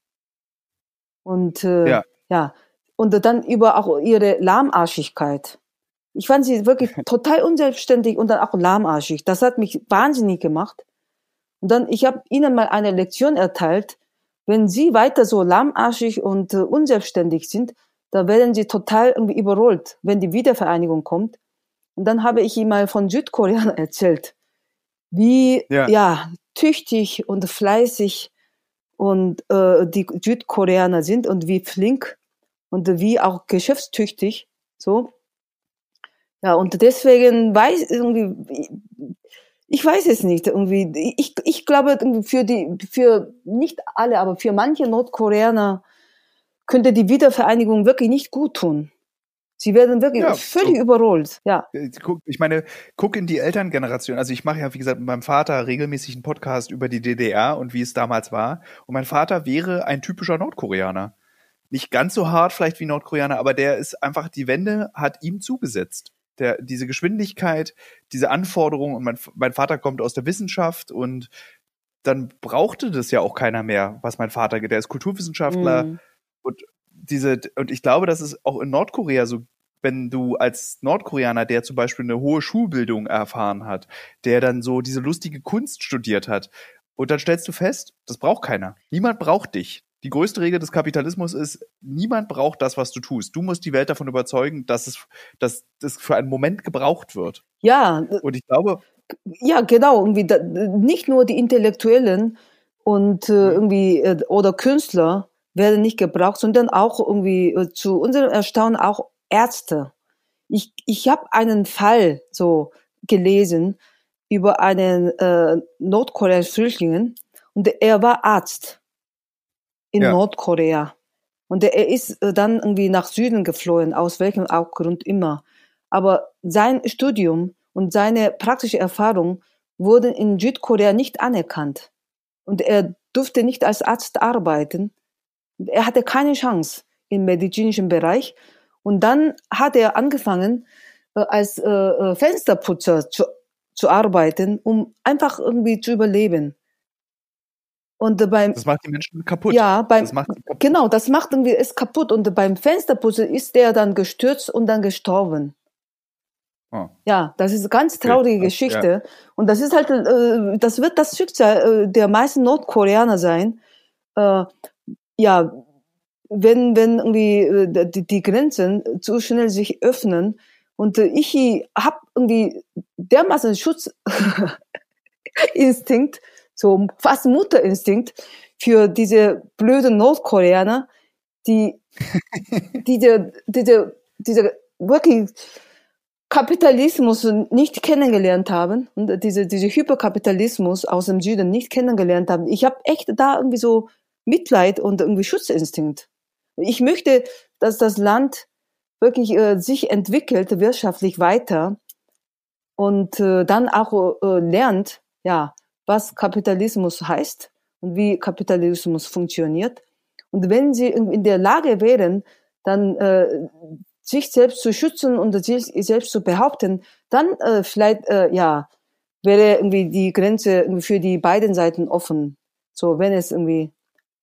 Und äh, ja. ja, und dann über auch ihre Lahmarschigkeit. Ich fand sie wirklich total unselbstständig und dann auch lahmarschig. Das hat mich wahnsinnig gemacht. Und dann, ich habe ihnen mal eine Lektion erteilt, wenn sie weiter so lahmarschig und äh, unselbstständig sind, da werden sie total irgendwie überrollt, wenn die Wiedervereinigung kommt. Und dann habe ich ihm mal von Südkorea erzählt, wie ja, ja tüchtig und fleißig und äh, die Südkoreaner sind und wie flink und wie auch geschäftstüchtig, so. Ja, und deswegen weiß irgendwie, ich weiß es nicht, irgendwie, ich, ich glaube, für die, für nicht alle, aber für manche Nordkoreaner könnte die Wiedervereinigung wirklich nicht gut tun. Sie werden wirklich ja, völlig so überrollt, ja. Ich meine, guck in die Elterngeneration. Also ich mache ja, wie gesagt, mit meinem Vater regelmäßig einen Podcast über die D D R und wie es damals war. Und mein Vater wäre ein typischer Nordkoreaner. Nicht ganz so hart vielleicht wie Nordkoreaner, aber der ist einfach, die Wende hat ihm zugesetzt. Der, diese Geschwindigkeit, diese Anforderungen. Und mein, mein Vater kommt aus der Wissenschaft und dann brauchte das ja auch keiner mehr, was mein Vater, der ist Kulturwissenschaftler, mm. Und diese, und ich glaube, dass es auch in Nordkorea so, wenn du als Nordkoreaner, der zum Beispiel eine hohe Schulbildung erfahren hat, der dann so diese lustige Kunst studiert hat, und dann stellst du fest, das braucht keiner. Niemand braucht dich. Die größte Regel des Kapitalismus ist, niemand braucht das, was du tust. Du musst die Welt davon überzeugen, dass es, dass das für einen Moment gebraucht wird. Ja. Und ich glaube, ja, genau, irgendwie da, nicht nur die Intellektuellen und äh, irgendwie äh, oder Künstler werden nicht gebraucht, sondern auch irgendwie äh, zu unserem Erstaunen auch Ärzte. Ich ich habe einen Fall so gelesen über einen äh, nordkoreanischen Flüchtling und er war Arzt in Ja. Nordkorea und er ist äh, dann irgendwie nach Süden geflohen, aus welchem auch Grund immer. Aber sein Studium und seine praktische Erfahrung wurden in Südkorea nicht anerkannt. Und er durfte nicht als Arzt arbeiten. Er hatte keine Chance im medizinischen Bereich. Und dann hat er angefangen, äh, als äh, äh, Fensterputzer zu, zu arbeiten, um einfach irgendwie zu überleben. Und äh, beim, das macht die Menschen kaputt. ja, beim, das macht sie kaputt. genau, das macht irgendwie es kaputt. Und beim Fensterputzen ist der dann gestürzt und dann gestorben. Oh. Ja, das ist eine ganz traurige Okay, das, Geschichte. ja. Und das ist halt, äh, das wird das Schicksal äh, der meisten Nordkoreaner sein. Äh, ja, wenn, wenn irgendwie äh, die, die Grenzen zu schnell sich öffnen. Und äh, ich habe irgendwie dermaßen Schutzinstinkt, so fast Mutterinstinkt für diese blöden Nordkoreaner, die diese, diese, diese wirklich Kapitalismus nicht kennengelernt haben und diese, diese Hyperkapitalismus aus dem Süden nicht kennengelernt haben. Ich habe echt da irgendwie so Mitleid und irgendwie Schutzinstinkt. Ich möchte, dass das Land wirklich äh, sich entwickelt, wirtschaftlich weiter und äh, dann auch äh, lernt, ja, was Kapitalismus heißt und wie Kapitalismus funktioniert. Und wenn sie in der Lage wären, dann äh, sich selbst zu schützen und sich selbst zu behaupten, dann äh, vielleicht, äh, ja, wäre irgendwie die Grenze irgendwie für die beiden Seiten offen. So, wenn es irgendwie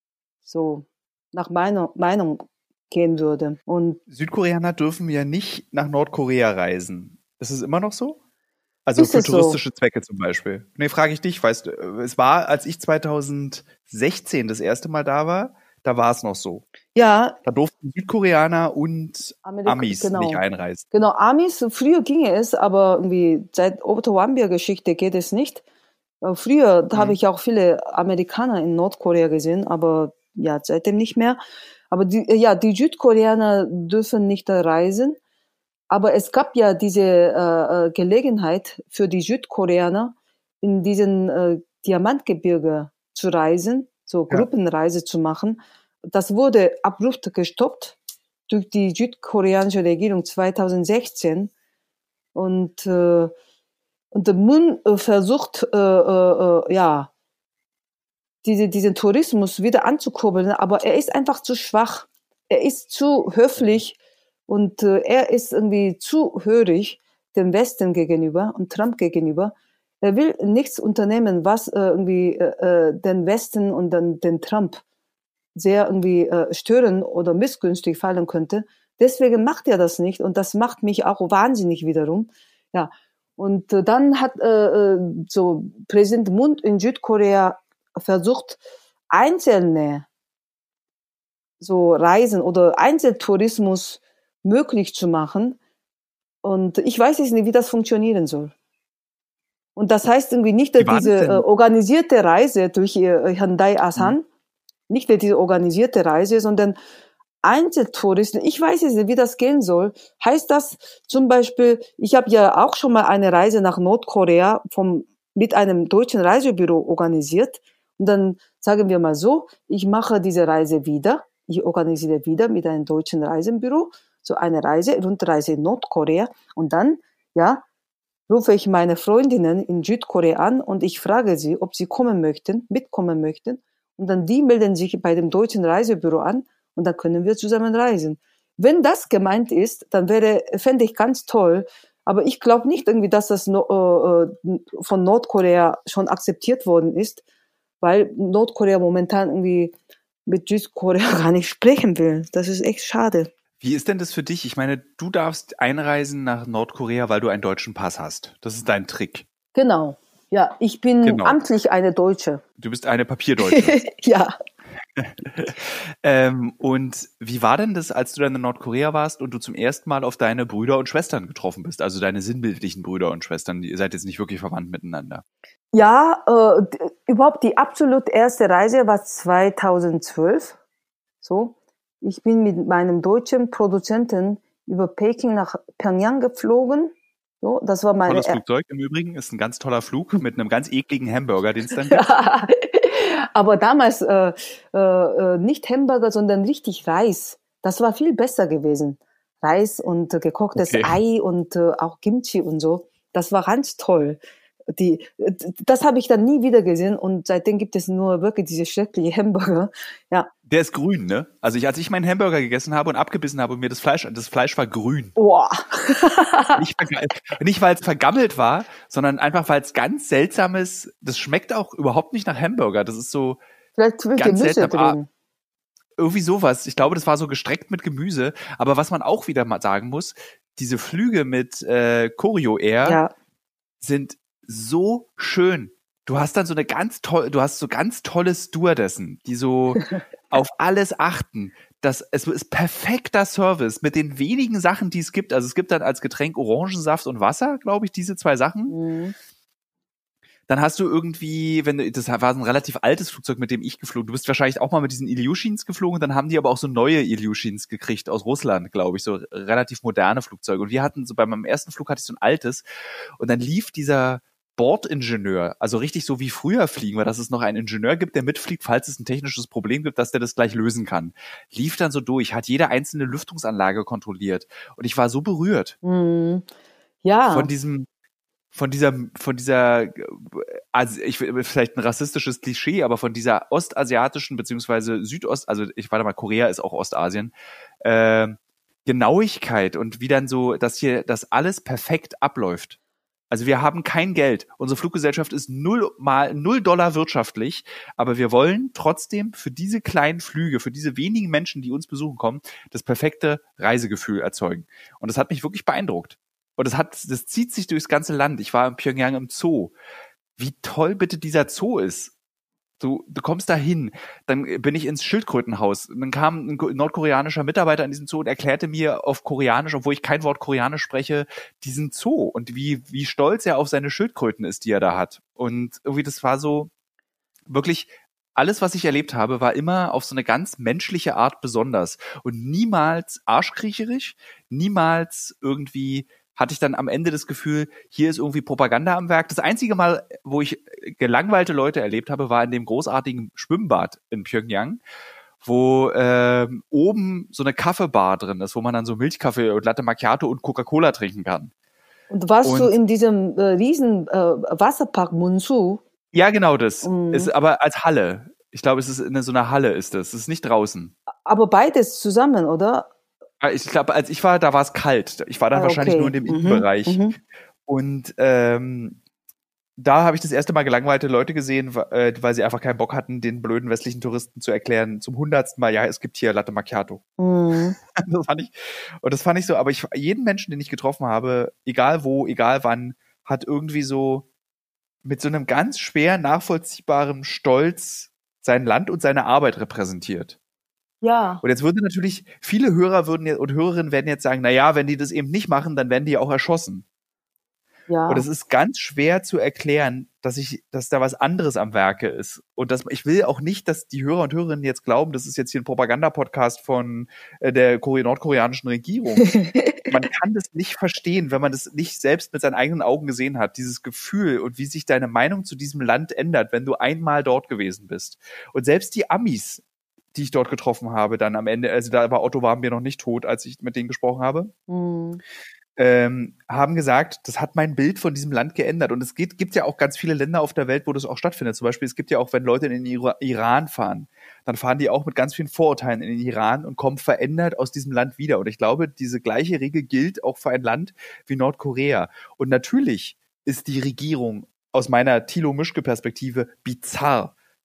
so nach meiner Meinung gehen würde. Und Südkoreaner dürfen ja nicht nach Nordkorea reisen. Ist es immer noch so? Also ist für es touristische so? Zwecke zum Beispiel. Nee, frage ich dich, weißt du, es war, als ich zweitausendsechzehn das erste Mal da war, da war es noch so. Ja. Da durften Südkoreaner und Amerika, Amis genau. nicht einreisen. Genau, Amis, früher ginge es, aber irgendwie seit Otto Warmbier-Geschichte geht es nicht. Früher mhm. habe ich auch viele Amerikaner in Nordkorea gesehen, aber ja, seitdem nicht mehr. Aber die, ja, die Südkoreaner dürfen nicht reisen. Aber es gab ja diese äh, Gelegenheit für die Südkoreaner, in diesen äh, Diamantgebirge zu reisen, so Gruppenreise ja. zu machen. Das wurde abrupt gestoppt durch die südkoreanische Regierung zweitausendsechzehn. Und, äh, und der Moon äh, versucht, äh, äh, ja, diese, diesen Tourismus wieder anzukurbeln, aber er ist einfach zu schwach. Er ist zu höflich und äh, er ist irgendwie zu hörig dem Westen gegenüber und Trump gegenüber. Er will nichts unternehmen, was äh, irgendwie äh, den Westen und dann den Trump sehr irgendwie äh, stören oder missgünstig fallen könnte. Deswegen macht er das nicht und das macht mich auch wahnsinnig wiederum. Ja, und äh, dann hat äh, so Präsident Moon in Südkorea versucht, einzelne so Reisen oder Einzeltourismus möglich zu machen. Und ich weiß jetzt nicht, wie das funktionieren soll. Und das heißt irgendwie nicht, dass diese äh, organisierte Reise durch äh, Hyundai Asan, mhm. nicht diese organisierte Reise, sondern Einzeltouristen. Ich weiß jetzt nicht, wie das gehen soll. Heißt das zum Beispiel, ich habe ja auch schon mal eine Reise nach Nordkorea vom, mit einem deutschen Reisebüro organisiert. Und dann sagen wir mal so, ich mache diese Reise wieder. Ich organisiere wieder mit einem deutschen Reisebüro so eine Reise, Rundreise in Nordkorea. Und dann, ja, rufe ich meine Freundinnen in Südkorea an und ich frage sie, ob sie kommen möchten, mitkommen möchten. Und dann die melden sich bei dem deutschen Reisebüro an und dann können wir zusammen reisen. Wenn das gemeint ist, dann wäre, fände ich ganz toll. Aber ich glaube nicht irgendwie, dass das no, äh, von Nordkorea schon akzeptiert worden ist, weil Nordkorea momentan irgendwie mit Südkorea gar nicht sprechen will. Das ist echt schade. Wie ist denn das für dich? Ich meine, du darfst einreisen nach Nordkorea, weil du einen deutschen Pass hast. Das ist dein Trick. Genau. Ja, ich bin Genau. amtlich eine Deutsche. Du bist eine Papierdeutsche. Ja. ähm, und wie war denn das, als du dann in Nordkorea warst und du zum ersten Mal auf deine Brüder und Schwestern getroffen bist? Also deine sinnbildlichen Brüder und Schwestern. Ihr seid jetzt nicht wirklich verwandt miteinander. Ja, äh, d- überhaupt die absolut erste Reise war zweitausendzwölf. So. Ich bin mit meinem deutschen Produzenten über Peking nach Pyongyang geflogen. So, das war meine Tolles Flugzeug im Übrigen, ist ein ganz toller Flug mit einem ganz ekligen Hamburger, den es dann gibt. Aber damals äh, äh, nicht Hamburger, sondern richtig Reis. Das war viel besser gewesen. Reis und äh, gekochtes Okay. Ei und äh, auch Kimchi und so. Das war ganz toll. Die, das habe ich dann nie wieder gesehen und seitdem gibt es nur wirklich diese schreckliche Hamburger. Ja. Der ist grün, ne? Also ich, als ich meinen Hamburger gegessen habe und abgebissen habe und mir das Fleisch, das Fleisch war grün. Boah. Nicht, nicht weil es vergammelt war, sondern einfach, weil es ganz seltsames, das schmeckt auch überhaupt nicht nach Hamburger. Das ist so Vielleicht viel ganz Gemüse seltsam. drin. Irgendwie sowas. Ich glaube, das war so gestreckt mit Gemüse. Aber was man auch wieder mal sagen muss, diese Flüge mit äh, Koryo Air Ja. sind so schön. Du hast dann so eine ganz toll, du hast so ganz tolle Stewardessen, die so auf alles achten. Das, es ist perfekter Service mit den wenigen Sachen, die es gibt. Also es gibt dann als Getränk Orangensaft und Wasser, glaube ich, diese zwei Sachen. Mhm. Dann hast du irgendwie, wenn du, das war so ein relativ altes Flugzeug, mit dem ich geflogen. Du bist wahrscheinlich auch mal mit diesen Ilyushins geflogen. Dann haben die aber auch so neue Ilyushins gekriegt aus Russland, glaube ich, so relativ moderne Flugzeuge. Und wir hatten so bei meinem ersten Flug hatte ich so ein altes. Und dann lief dieser Bordingenieur, also richtig so wie früher fliegen, weil dass es noch einen Ingenieur gibt, der mitfliegt, falls es ein technisches Problem gibt, dass der das gleich lösen kann. Lief dann so durch, hat jede einzelne Lüftungsanlage kontrolliert. Und ich war so berührt Mhm. Ja. von diesem von dieser, von dieser, also ich vielleicht ein rassistisches Klischee, aber von dieser ostasiatischen beziehungsweise Südost, also ich warte mal, Korea ist auch Ostasien, äh, Genauigkeit und wie dann so, dass hier das alles perfekt abläuft. Also wir haben kein Geld. Unsere Fluggesellschaft ist null mal null Dollar wirtschaftlich, aber wir wollen trotzdem für diese kleinen Flüge, für diese wenigen Menschen, die uns besuchen kommen, das perfekte Reisegefühl erzeugen. Und das hat mich wirklich beeindruckt. Und das hat, das zieht sich durchs ganze Land. Ich war in Pyongyang im Zoo. Wie toll bitte dieser Zoo ist. Du, du kommst da hin, dann bin ich ins Schildkrötenhaus. Und dann kam ein nordkoreanischer Mitarbeiter in diesem Zoo und erklärte mir auf Koreanisch, obwohl ich kein Wort Koreanisch spreche, diesen Zoo und wie, wie stolz er auf seine Schildkröten ist, die er da hat. Und irgendwie das war so wirklich, alles, was ich erlebt habe, war immer auf so eine ganz menschliche Art besonders und niemals arschkriecherisch, niemals irgendwie hatte ich dann am Ende das Gefühl, hier ist irgendwie Propaganda am Werk. Das einzige Mal, wo ich gelangweilte Leute erlebt habe, war in dem großartigen Schwimmbad in Pyongyang, wo äh, oben so eine Kaffeebar drin ist, wo man dann so Milchkaffee und Latte Macchiato und Coca-Cola trinken kann. Und warst Und du in diesem äh, riesen äh, Wasserpark Munsu? Ja, genau das. Mhm. Ist aber als Halle. Ich glaube, es ist in so einer Halle ist das. Es ist nicht draußen. Aber beides zusammen, oder? Ich glaube, als ich war, da war es kalt. Ich war dann Ah, wahrscheinlich okay. nur in dem Mhm, Innenbereich. mhm. Und ähm, da habe ich das erste Mal gelangweilte Leute gesehen, weil, weil sie einfach keinen Bock hatten, den blöden westlichen Touristen zu erklären, zum hundertsten Mal, ja, es gibt hier Latte Macchiato. Mhm. Das fand ich, und das fand ich so, aber ich, jeden Menschen, den ich getroffen habe, egal wo, egal wann, hat irgendwie so mit so einem ganz schwer nachvollziehbaren Stolz sein Land und seine Arbeit repräsentiert. Ja. Und jetzt würde natürlich, viele Hörer würden jetzt, und Hörerinnen werden jetzt sagen, na ja, wenn die das eben nicht machen, dann werden die auch erschossen. Ja. Und es ist ganz schwer zu erklären, dass ich, dass da was anderes am Werke ist. Und dass, ich will auch nicht, dass die Hörer und Hörerinnen jetzt glauben, das ist jetzt hier ein Propaganda-Podcast von äh, der Kore- nordkoreanischen Regierung. Man kann das nicht verstehen, wenn man das nicht selbst mit seinen eigenen Augen gesehen hat. Dieses Gefühl und wie sich deine Meinung zu diesem Land ändert, wenn du einmal dort gewesen bist. Und selbst die Amis, die ich dort getroffen habe, dann am Ende, also da war Otto Warmbier noch nicht tot, als ich mit denen gesprochen habe, Mhm. ähm, haben gesagt, das hat mein Bild von diesem Land geändert. Und es geht, gibt ja auch ganz viele Länder auf der Welt, wo das auch stattfindet. Zum Beispiel, es gibt ja auch, wenn Leute in den Ira- Iran fahren, dann fahren die auch mit ganz vielen Vorurteilen in den Iran und kommen verändert aus diesem Land wieder. Und ich glaube, diese gleiche Regel gilt auch für ein Land wie Nordkorea. Und natürlich ist die Regierung aus meiner Thilo Mischke-Perspektive bizarr.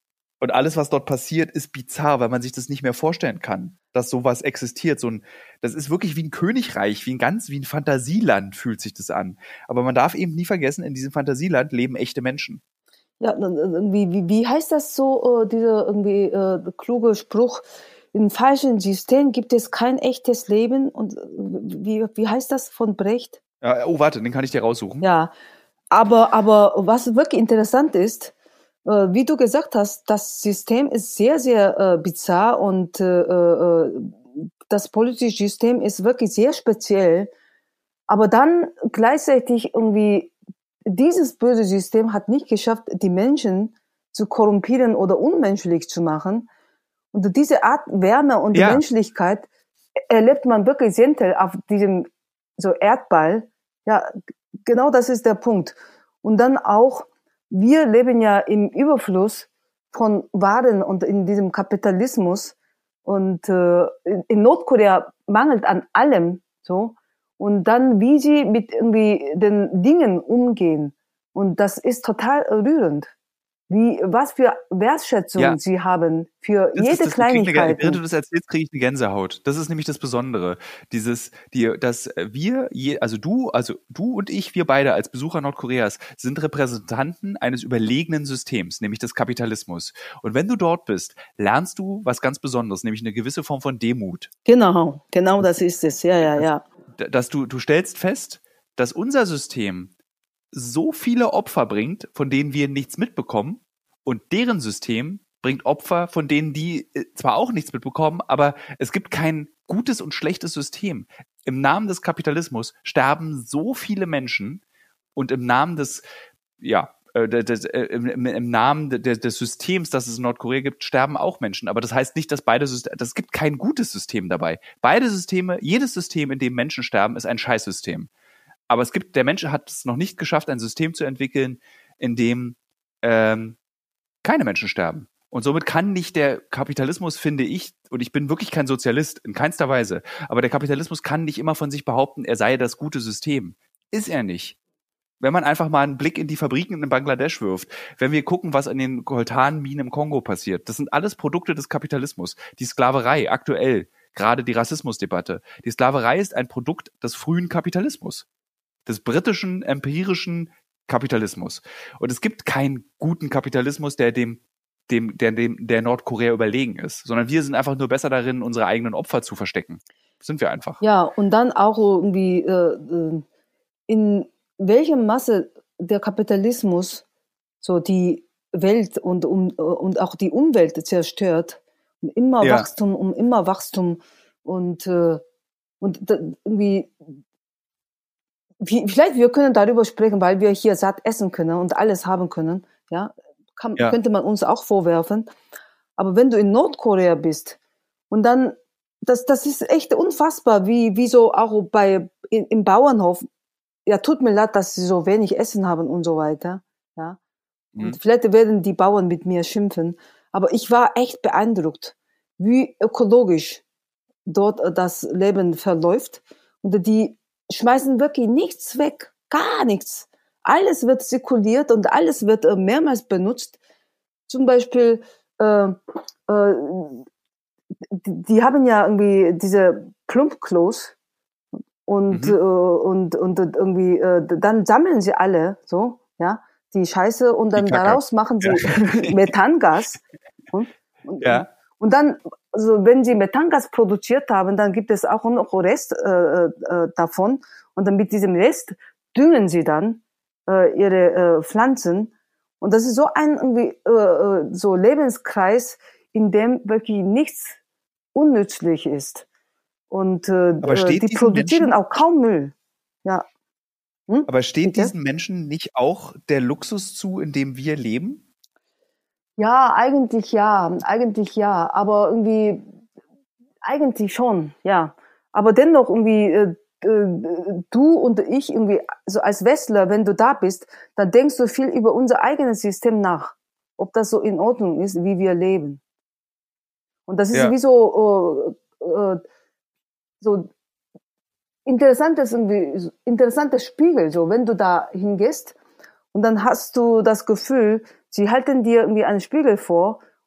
Und alles, was dort passiert, ist bizarr, weil man sich das nicht mehr vorstellen kann, dass sowas existiert. So ein, das ist wirklich wie ein Königreich, wie ein ganz, wie ein Fantasieland fühlt sich das an. Aber man darf eben nie vergessen, in diesem Fantasieland leben echte Menschen. Ja, irgendwie, wie, wie heißt das so, äh, dieser irgendwie äh, kluge Spruch? Im falschen System gibt es kein echtes Leben. Und wie, wie heißt das von Brecht? Ja, oh, warte, den kann ich dir raussuchen. Ja, aber, aber was wirklich interessant ist, äh, wie du gesagt hast, das System ist sehr, sehr äh, bizarr und äh, äh, das politische System ist wirklich sehr speziell. Aber dann gleichzeitig irgendwie, dieses böse System hat nicht geschafft, die Menschen zu korrumpieren oder unmenschlich zu machen. Und diese Art Wärme und Ja. die Menschlichkeit erlebt man wirklich selten auf diesem so Erdball. Ja, genau das ist der Punkt. Und dann auch, wir leben ja im Überfluss von Waren und in diesem Kapitalismus. Und äh, in Nordkorea mangelt an allem so. Und dann, wie sie mit irgendwie den Dingen umgehen. Und das ist total rührend. Wie, was für Wertschätzung Ja. sie haben für Das jede ist das, kriege ich eine, Kleinigkeit. während du das erzählst, kriege ich eine Gänsehaut. Das ist nämlich das Besondere. Dieses, die, dass wir, je, also du, also du und ich, wir beide als Besucher Nordkoreas sind Repräsentanten eines überlegenen Systems, nämlich des Kapitalismus. Und wenn du dort bist, lernst du was ganz Besonderes, nämlich eine gewisse Form von Demut. Genau, genau das ist es. Ja, ja, ja. Dass du, du stellst fest, dass unser System so viele Opfer bringt, von denen wir nichts mitbekommen, und deren System bringt Opfer, von denen die zwar auch nichts mitbekommen, aber es gibt kein gutes und schlechtes System. Im Namen des Kapitalismus sterben so viele Menschen und im Namen des, ja, äh, des, äh, im, im Namen des, des Systems, das es in Nordkorea gibt, sterben auch Menschen. Aber das heißt nicht, dass beide Systeme, das gibt kein gutes System dabei. Beide Systeme, jedes System, in dem Menschen sterben, ist ein Scheißsystem. Aber es gibt, der Mensch hat es noch nicht geschafft, ein System zu entwickeln, in dem ähm, keine Menschen sterben. Und somit kann nicht der Kapitalismus, finde ich, und ich bin wirklich kein Sozialist, in keinster Weise, aber der Kapitalismus kann nicht immer von sich behaupten, er sei das gute System. Ist er nicht. Wenn man einfach mal einen Blick in die Fabriken in Bangladesch wirft, wenn wir gucken, was an den Coltanminen im Kongo passiert, das sind alles Produkte des Kapitalismus. Die Sklaverei, aktuell, gerade die Rassismusdebatte. Die Sklaverei ist ein Produkt des frühen Kapitalismus, des britischen, empirischen Kapitalismus. Und es gibt keinen guten Kapitalismus, der dem, dem, der dem, der Nordkorea überlegen ist, sondern wir sind einfach nur besser darin, unsere eigenen Opfer zu verstecken. Das sind wir einfach. Ja, und dann auch irgendwie, äh, in welchem Maße der Kapitalismus so die Welt und, um, und auch die Umwelt zerstört. Und immer Ja. Wachstum, um immer Wachstum und, äh, und da, irgendwie, wie, vielleicht wir können darüber sprechen, weil wir hier satt essen können und alles haben können, ja, Kann, Ja. könnte man uns auch vorwerfen. Aber wenn du in Nordkorea bist und dann, das, das ist echt unfassbar, wie, wie so auch bei, in, im Bauernhof, ja, tut mir leid, dass sie so wenig Essen haben und so weiter, ja. Und Mhm. vielleicht werden die Bauern mit mir schimpfen, aber ich war echt beeindruckt, wie ökologisch dort das Leben verläuft. Und die schmeißen wirklich nichts weg, gar nichts. Alles wird zirkuliert und alles wird äh, mehrmals benutzt. Zum Beispiel, äh, äh, die, die haben ja irgendwie diese Plumpklos und, Mhm. äh, und, und irgendwie, äh, dann sammeln sie alle, so, ja, die Scheiße und dann Die Kacke. daraus machen sie Methangas. Und, und, Ja. und dann, also wenn sie Methangas produziert haben, dann gibt es auch noch Rest äh, äh, davon. Und dann mit diesem Rest düngen sie dann äh, ihre äh, Pflanzen. Und das ist so ein irgendwie äh, so Lebenskreis, in dem wirklich nichts unnützlich ist. Und äh, Aber steht die diesen produzieren Menschen- auch kaum Müll. Ja. Hm? Aber steht Bitte? diesen Menschen nicht auch der Luxus zu, in dem wir leben? Ja, eigentlich ja, eigentlich ja, aber irgendwie, eigentlich schon, ja. Aber dennoch irgendwie, äh, äh, du und ich irgendwie, so als Westler, wenn du da bist, dann denkst du viel über unser eigenes System nach, ob das so in Ordnung ist, wie wir leben. Und das ist Ja. wie so, äh, äh, so interessantes irgendwie, interessantes Spiegel, so wenn du da hingehst und dann hast du das Gefühl, sie halten dir irgendwie einen Spiegel vor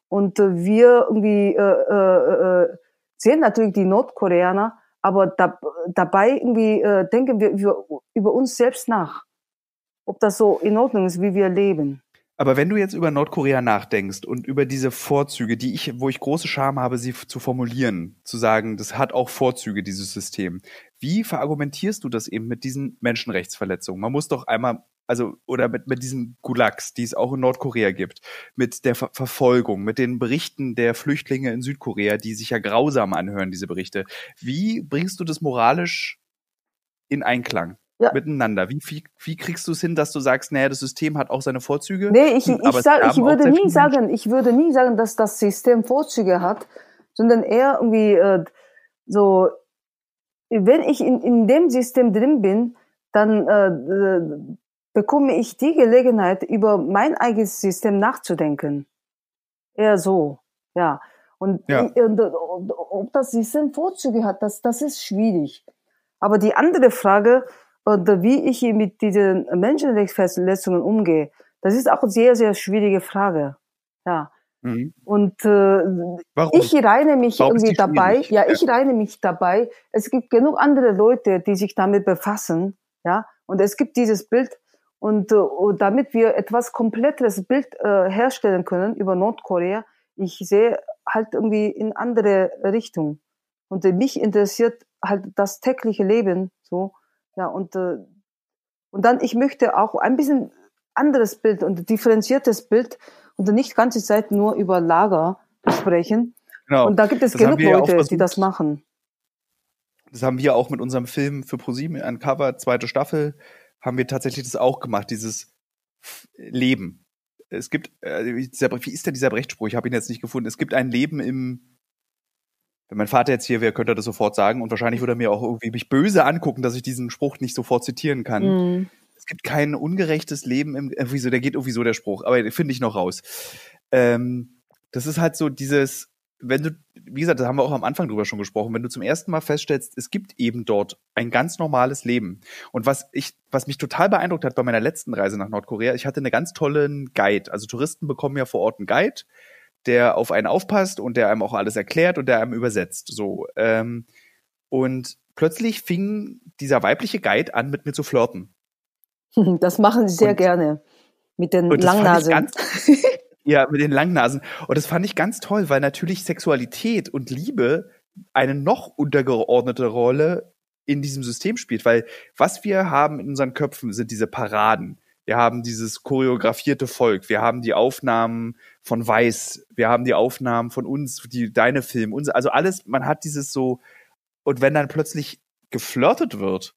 Und äh, wir irgendwie äh, äh, äh, sehen natürlich die Nordkoreaner, aber da, dabei irgendwie äh, denken wir über, über uns selbst nach, ob das so in Ordnung ist, wie wir leben. Aber wenn du jetzt über Nordkorea nachdenkst und über diese Vorzüge, die ich, wo ich große Scham habe, sie f- zu formulieren, zu sagen, das hat auch Vorzüge, dieses System. Wie verargumentierst du das eben mit diesen Menschenrechtsverletzungen? Man muss doch einmal, also, oder mit, mit diesen Gulags, die es auch in Nordkorea gibt, mit der Ver Verfolgung, mit den Berichten der Flüchtlinge in Südkorea, die sich ja grausam anhören, diese Berichte. Wie bringst du das moralisch in Einklang? Ja. Miteinander. Wie, wie, wie kriegst du es hin, dass du sagst, naja, das System hat auch seine Vorzüge? Nee, ich, und- ich, aber es sag, ich sterben auch würde sehr nie viele sagen, ich würde nie sagen, dass das System Vorzüge hat, sondern eher irgendwie äh, so, wenn ich in, in dem System drin bin, dann äh, äh, bekomme ich die Gelegenheit, über mein eigenes System nachzudenken. Eher so, ja. Und, Ja. ich, und, und ob das System Vorzüge hat, das, das ist schwierig. Aber die andere Frage, oder wie ich mit diesen Menschenrechtsverletzungen umgehe, das ist auch eine sehr, sehr schwierige Frage. Ja. Mhm. Und äh, Warum? ich reine mich Warum ist irgendwie die dabei. schwierig? Ja, Ja. ich reine mich dabei. Es gibt genug andere Leute, die sich damit befassen. Ja. Und es gibt dieses Bild. Und, äh, und damit wir etwas kompletteres Bild äh, herstellen können über Nordkorea, ich sehe halt irgendwie in andere Richtung. Und äh, mich interessiert halt das tägliche Leben, so. Ja, und, äh, und dann, ich möchte auch ein bisschen anderes Bild und differenziertes Bild und nicht die ganze Zeit nur über Lager sprechen. Genau. Und da gibt es Das haben genug wir ja auch Leute, die versucht. das machen. Das haben wir auch mit unserem Film für ProSieben Uncovered, zweite Staffel, haben wir tatsächlich das auch gemacht, dieses F- Leben. Es gibt, äh, dieser, wie ist denn dieser Brechtspruch? Ich habe ihn jetzt nicht gefunden. Es gibt ein Leben im, wenn mein Vater jetzt hier wäre, könnte er das sofort sagen und wahrscheinlich würde er mir auch irgendwie mich böse angucken, dass ich diesen Spruch nicht sofort zitieren kann. Mhm. Es gibt kein ungerechtes Leben im, irgendwie so, der geht irgendwie so der Spruch, aber den finde ich noch raus. Ähm, das ist halt so dieses, wenn du, wie gesagt, da haben wir auch am Anfang drüber schon gesprochen, wenn du zum ersten Mal feststellst, es gibt eben dort ein ganz normales Leben. Und was ich, was mich total beeindruckt hat bei meiner letzten Reise nach Nordkorea, ich hatte einen ganz tollen Guide. Also Touristen bekommen ja vor Ort einen Guide, der auf einen aufpasst und der einem auch alles erklärt und der einem übersetzt. So, ähm, und plötzlich fing dieser weibliche Guide an, mit mir zu flirten. Das machen sie sehr Und- gerne. Mit den Und das fand ich Langnasen. ganz, ja, mit den Langnasen. Und das fand ich ganz toll, weil natürlich Sexualität und Liebe eine noch untergeordnete Rolle in diesem System spielt. Weil was wir haben in unseren Köpfen sind diese Paraden. Wir haben dieses choreografierte Volk. Wir haben die Aufnahmen von Weiß. Wir haben die Aufnahmen von uns, die, deine Filme. Uns, also alles, man hat dieses so. Und wenn dann plötzlich geflirtet wird,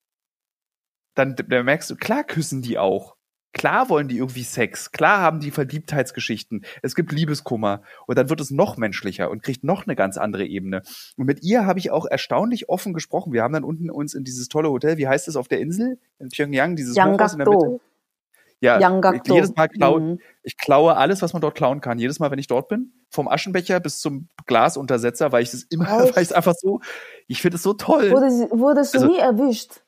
dann, dann merkst du, klar küssen die auch. Klar wollen die irgendwie Sex. Klar haben die Verliebtheitsgeschichten. Es gibt Liebeskummer. Und dann wird es noch menschlicher und kriegt noch eine ganz andere Ebene. Und mit ihr habe ich auch erstaunlich offen gesprochen. Wir haben dann unten uns in dieses tolle Hotel, wie heißt es auf der Insel? In Pyongyang, dieses Hochhaus in der Yanggakdo. Mitte. Ja, ich, Yanggakdo. jedes Mal klaue, Mhm. ich klaue alles, was man dort klauen kann. Jedes Mal, wenn ich dort bin. Vom Aschenbecher bis zum Glasuntersetzer, weil ich es immer, Echt? weil ich es einfach so, ich finde es so toll. Wurde, sie- wurdest du Also- nie erwischt?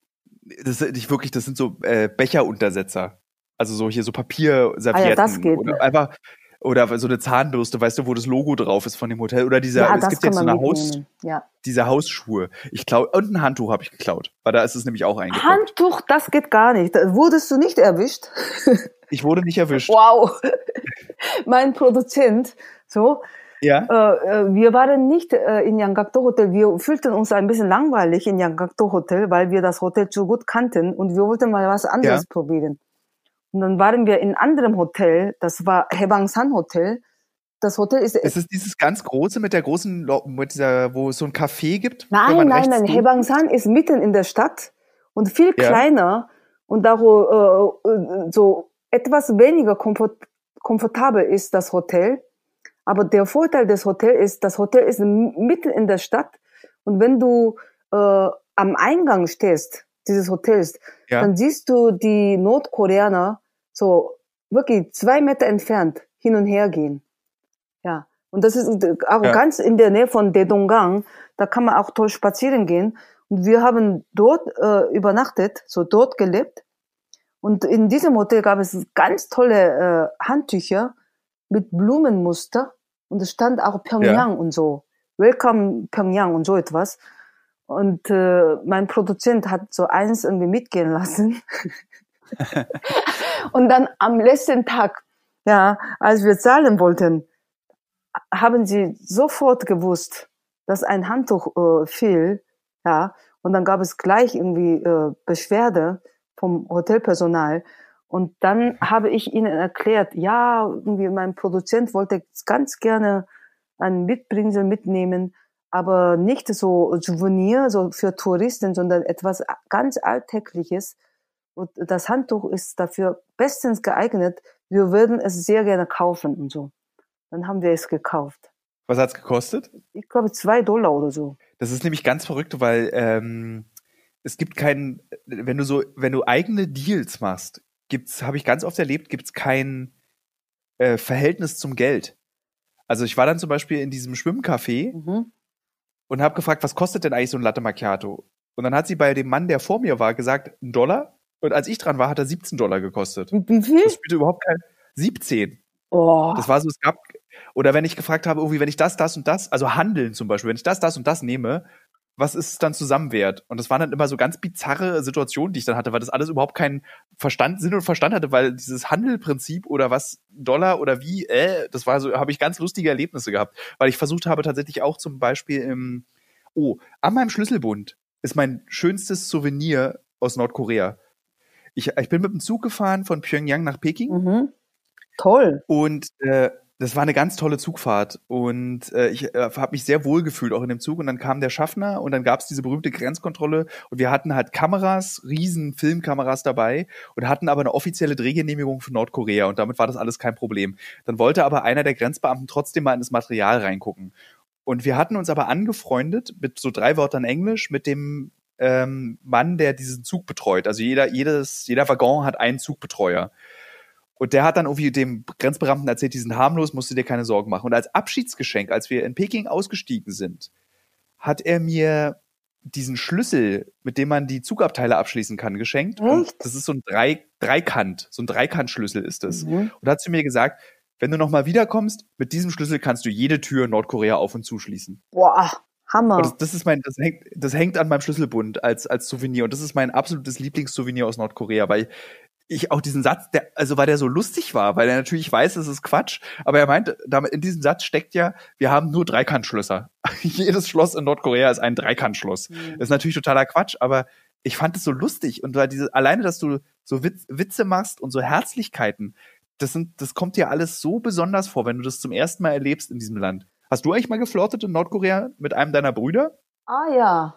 Das sind nicht wirklich, das sind so äh, Becheruntersetzer. Also so hier so Papierservietten. Ah ja, das geht. Oder einfach, oder so eine Zahnbürste, weißt du, wo das Logo drauf ist von dem Hotel. Oder dieser, Ja, es das gibt kann jetzt so man eine Haus, mitnehmen. Ja. diese Hausschuhe. Ich klaue, und ein Handtuch habe ich geklaut. Weil da ist es nämlich auch eingepackt. Handtuch, das geht gar nicht. Wurdest du nicht erwischt? Ich wurde nicht erwischt. Wow. Mein Produzent, so, Ja? äh, äh, wir waren nicht äh, in Yanggakdo Hotel. Wir fühlten uns ein bisschen langweilig in Yanggakdo Hotel, weil wir das Hotel zu gut kannten und wir wollten mal was anderes Ja. probieren. Und dann waren wir in anderem Hotel, das war Hebangsan Hotel. Das Hotel ist, Ist es dieses ganz große mit der großen, Lo- mit dieser, wo es so ein Café gibt? wenn nein, man nein, rechts nein, durch- Hebangsan ist mitten in der Stadt und viel Ja. kleiner und auch äh, äh, so etwas weniger komfort komfortabel ist das Hotel. Aber der Vorteil des Hotels ist, das Hotel ist m- mitten in der Stadt und wenn du äh, am Eingang stehst, dieses Hotels, Ja. dann siehst du die Nordkoreaner so wirklich zwei Meter entfernt hin und her gehen. Ja. Und das ist auch Ja. ganz in der Nähe von Daedonggang. Da kann man auch toll spazieren gehen. Und wir haben dort äh, übernachtet, so dort gelebt. Und in diesem Hotel gab es ganz tolle äh, Handtücher mit Blumenmuster. Und es stand auch Pyongyang ja. und so. Welcome Pyongyang und so etwas. Und äh, mein Produzent hat so eins irgendwie mitgehen lassen. Und dann am letzten Tag, ja, als wir zahlen wollten, haben sie sofort gewusst, dass ein Handtuch äh, fiel, ja. Und dann gab es gleich irgendwie äh, Beschwerde vom Hotelpersonal. Und dann habe ich ihnen erklärt, ja, irgendwie mein Produzent wollte ganz gerne ein Mitbringsel mitnehmen, aber nicht so Souvenir, so für Touristen, sondern etwas ganz Alltägliches. Und das Handtuch ist dafür bestens geeignet. Wir würden es sehr gerne kaufen und so. Dann haben wir es gekauft. Was hat's gekostet? Ich glaube zwei Dollar oder so. Das ist nämlich ganz verrückt, weil ähm, es gibt keinen, wenn du so, wenn du eigene Deals machst, gibt's, habe ich ganz oft erlebt, gibt's kein äh, Verhältnis zum Geld. Also ich war dann zum Beispiel in diesem Schwimmcafé mhm. und habe gefragt, was kostet denn eigentlich so ein Latte Macchiato? Und dann hat sie bei dem Mann, der vor mir war, gesagt, ein Dollar. Und als ich dran war, hat er siebzehn Dollar gekostet. Wie viel? Das spielte überhaupt kein siebzehn. Oh. Das war so, es gab, oder wenn ich gefragt habe, irgendwie, wenn ich das, das und das, also handeln zum Beispiel, wenn ich das, das und das nehme, was ist es dann zusammen wert? Und das waren dann immer so ganz bizarre Situationen, die ich dann hatte, weil das alles überhaupt keinen Verstand, Sinn und Verstand hatte, weil dieses Handelprinzip oder was, Dollar oder wie, äh, das war so, habe ich ganz lustige Erlebnisse gehabt, weil ich versucht habe tatsächlich auch zum Beispiel im, oh, an meinem Schlüsselbund ist mein schönstes Souvenir aus Nordkorea. Ich, ich bin mit dem Zug gefahren von Pyongyang nach Peking. Mhm. Toll. Und äh, das war eine ganz tolle Zugfahrt. Und äh, ich äh, habe mich sehr wohl gefühlt auch in dem Zug. Und dann kam der Schaffner und dann gab es diese berühmte Grenzkontrolle. Und wir hatten halt Kameras, riesen Filmkameras dabei und hatten aber eine offizielle Drehgenehmigung für Nordkorea. Und damit war das alles kein Problem. Dann wollte aber einer der Grenzbeamten trotzdem mal in das Material reingucken. Und wir hatten uns aber angefreundet mit so drei Wörtern Englisch mit dem ähm, Mann, der diesen Zug betreut. Also jeder, jedes, jeder Waggon hat einen Zugbetreuer. Und der hat dann irgendwie dem Grenzbeamten erzählt, die sind harmlos, musst du dir keine Sorgen machen. Und als Abschiedsgeschenk, als wir in Peking ausgestiegen sind, hat er mir diesen Schlüssel, mit dem man die Zugabteile abschließen kann, geschenkt. Echt? Und das ist so ein Drei, Dreikant, so ein Dreikantschlüssel ist das. Mhm. Und hat zu mir gesagt, wenn du nochmal wiederkommst, mit diesem Schlüssel kannst du jede Tür in Nordkorea auf- und zuschließen. Boah, Hammer. Und das, das ist mein, das hängt, das hängt an meinem Schlüsselbund als, als Souvenir. Und das ist mein absolutes Lieblingssouvenir aus Nordkorea, weil ich auch diesen Satz, der, also weil der so lustig war, weil er natürlich weiß, es ist Quatsch, aber er meinte, damit in diesem Satz steckt ja, wir haben nur Dreikantschlösser. Jedes Schloss in Nordkorea ist ein Dreikantschloss. Mhm. Das ist natürlich totaler Quatsch, aber ich fand es so lustig und weil diese, alleine, dass du so Witz, Witze machst und so Herzlichkeiten, das sind, das kommt dir alles so besonders vor, wenn du das zum ersten Mal erlebst in diesem Land. Hast du eigentlich mal geflirtet in Nordkorea mit einem deiner Brüder? Ah ja.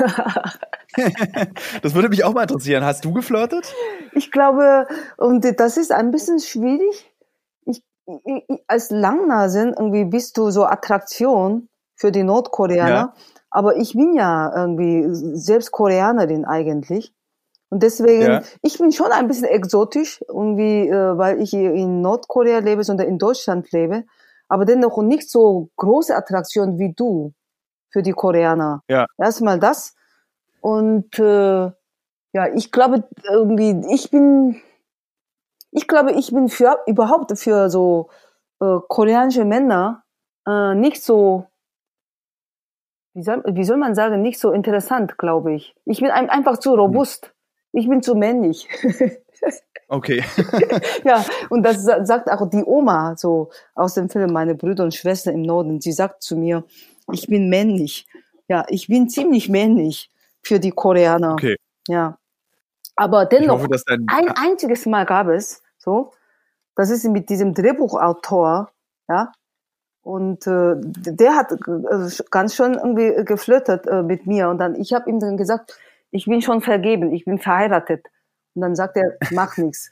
Das würde mich auch mal interessieren. Hast du geflirtet? Ich glaube, und das ist ein bisschen schwierig. Ich, ich, als Langnasen irgendwie bist du so Attraktion für die Nordkoreaner. Ja. Aber ich bin ja irgendwie selbst Koreanerin eigentlich. Und deswegen, ja. ich bin schon ein bisschen exotisch, irgendwie, äh, weil ich in Nordkorea lebe, sondern in Deutschland lebe. Aber dennoch nicht so große Attraktion wie du für die Koreaner. Ja. Erstmal das. Und äh, ja, ich glaube irgendwie, ich bin, ich glaube, ich bin für überhaupt für so äh, koreanische Männer äh, nicht so, wie soll, wie soll man sagen, nicht so interessant, glaube ich. Ich bin ein, einfach zu robust. Ich bin zu männlich. Okay. Ja, und das sagt auch die Oma so aus dem Film, meine Brüder und Schwestern im Norden. Sie sagt zu mir, ich bin männlich. Ja, ich bin ziemlich männlich für die Koreaner. Okay. Ja. Aber dennoch, hoffe, dein... ein einziges Mal gab es so, das ist mit diesem Drehbuchautor, ja, und äh, der hat äh, ganz schön irgendwie geflirtet äh, mit mir. Und dann, ich habe ihm dann gesagt, ich bin schon vergeben, ich bin verheiratet. Und dann sagt er, mach nichts.